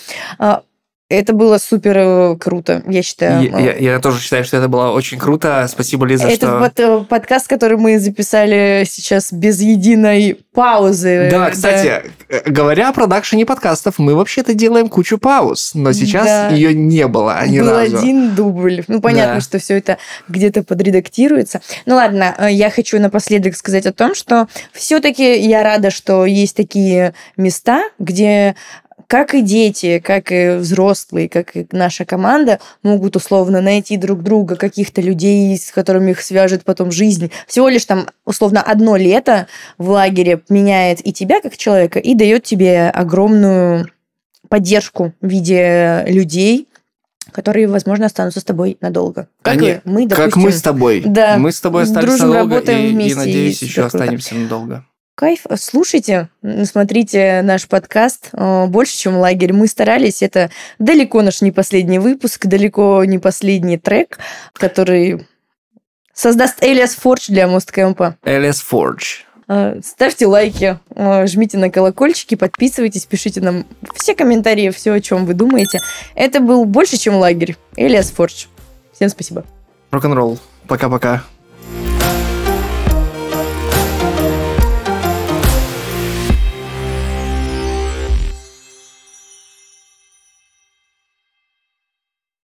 Speaker 1: Это было супер круто, я считаю.
Speaker 2: Я, я, я тоже считаю, что это было очень круто. Спасибо, Лиза,
Speaker 1: это
Speaker 2: что...
Speaker 1: Это под, подкаст, который мы записали сейчас без единой паузы.
Speaker 2: Да, кстати, да. говоря о продакшене подкастов, мы вообще-то делаем кучу пауз, но сейчас да. ее не было ни
Speaker 1: Был
Speaker 2: разу.
Speaker 1: Был один дубль. Ну, понятно, да. что все это где-то подредактируется. Ну, ладно, я хочу напоследок сказать о том, что все-таки я рада, что есть такие места, где... как и дети, как и взрослые, как и наша команда могут условно найти друг друга, каких-то людей, с которыми их свяжет потом жизнь. Всего лишь там условно одно лето в лагере меняет и тебя как человека, и дает тебе огромную поддержку в виде людей, которые, возможно, останутся с тобой надолго. Как
Speaker 2: Они,
Speaker 1: и мы, допустим.
Speaker 2: Как мы с тобой.
Speaker 1: Да,
Speaker 2: мы с тобой остались
Speaker 1: дружим,
Speaker 2: надолго,
Speaker 1: работаем
Speaker 2: и,
Speaker 1: вместе,
Speaker 2: и, надеюсь,
Speaker 1: и
Speaker 2: еще
Speaker 1: круто.
Speaker 2: останемся надолго.
Speaker 1: Кайф. Слушайте, смотрите наш подкаст «Больше, чем лагерь». Мы старались. Это далеко наш не последний выпуск, далеко не последний трек, который создаст Элиас Фордж для Мосткэмпа.
Speaker 2: Элиас Фордж.
Speaker 1: Ставьте лайки, жмите на колокольчики, подписывайтесь, пишите нам все комментарии, все, о чем вы думаете. Это был «Больше, чем лагерь». Элиас Фордж. Всем спасибо.
Speaker 2: Рок-н-ролл. Пока-пока.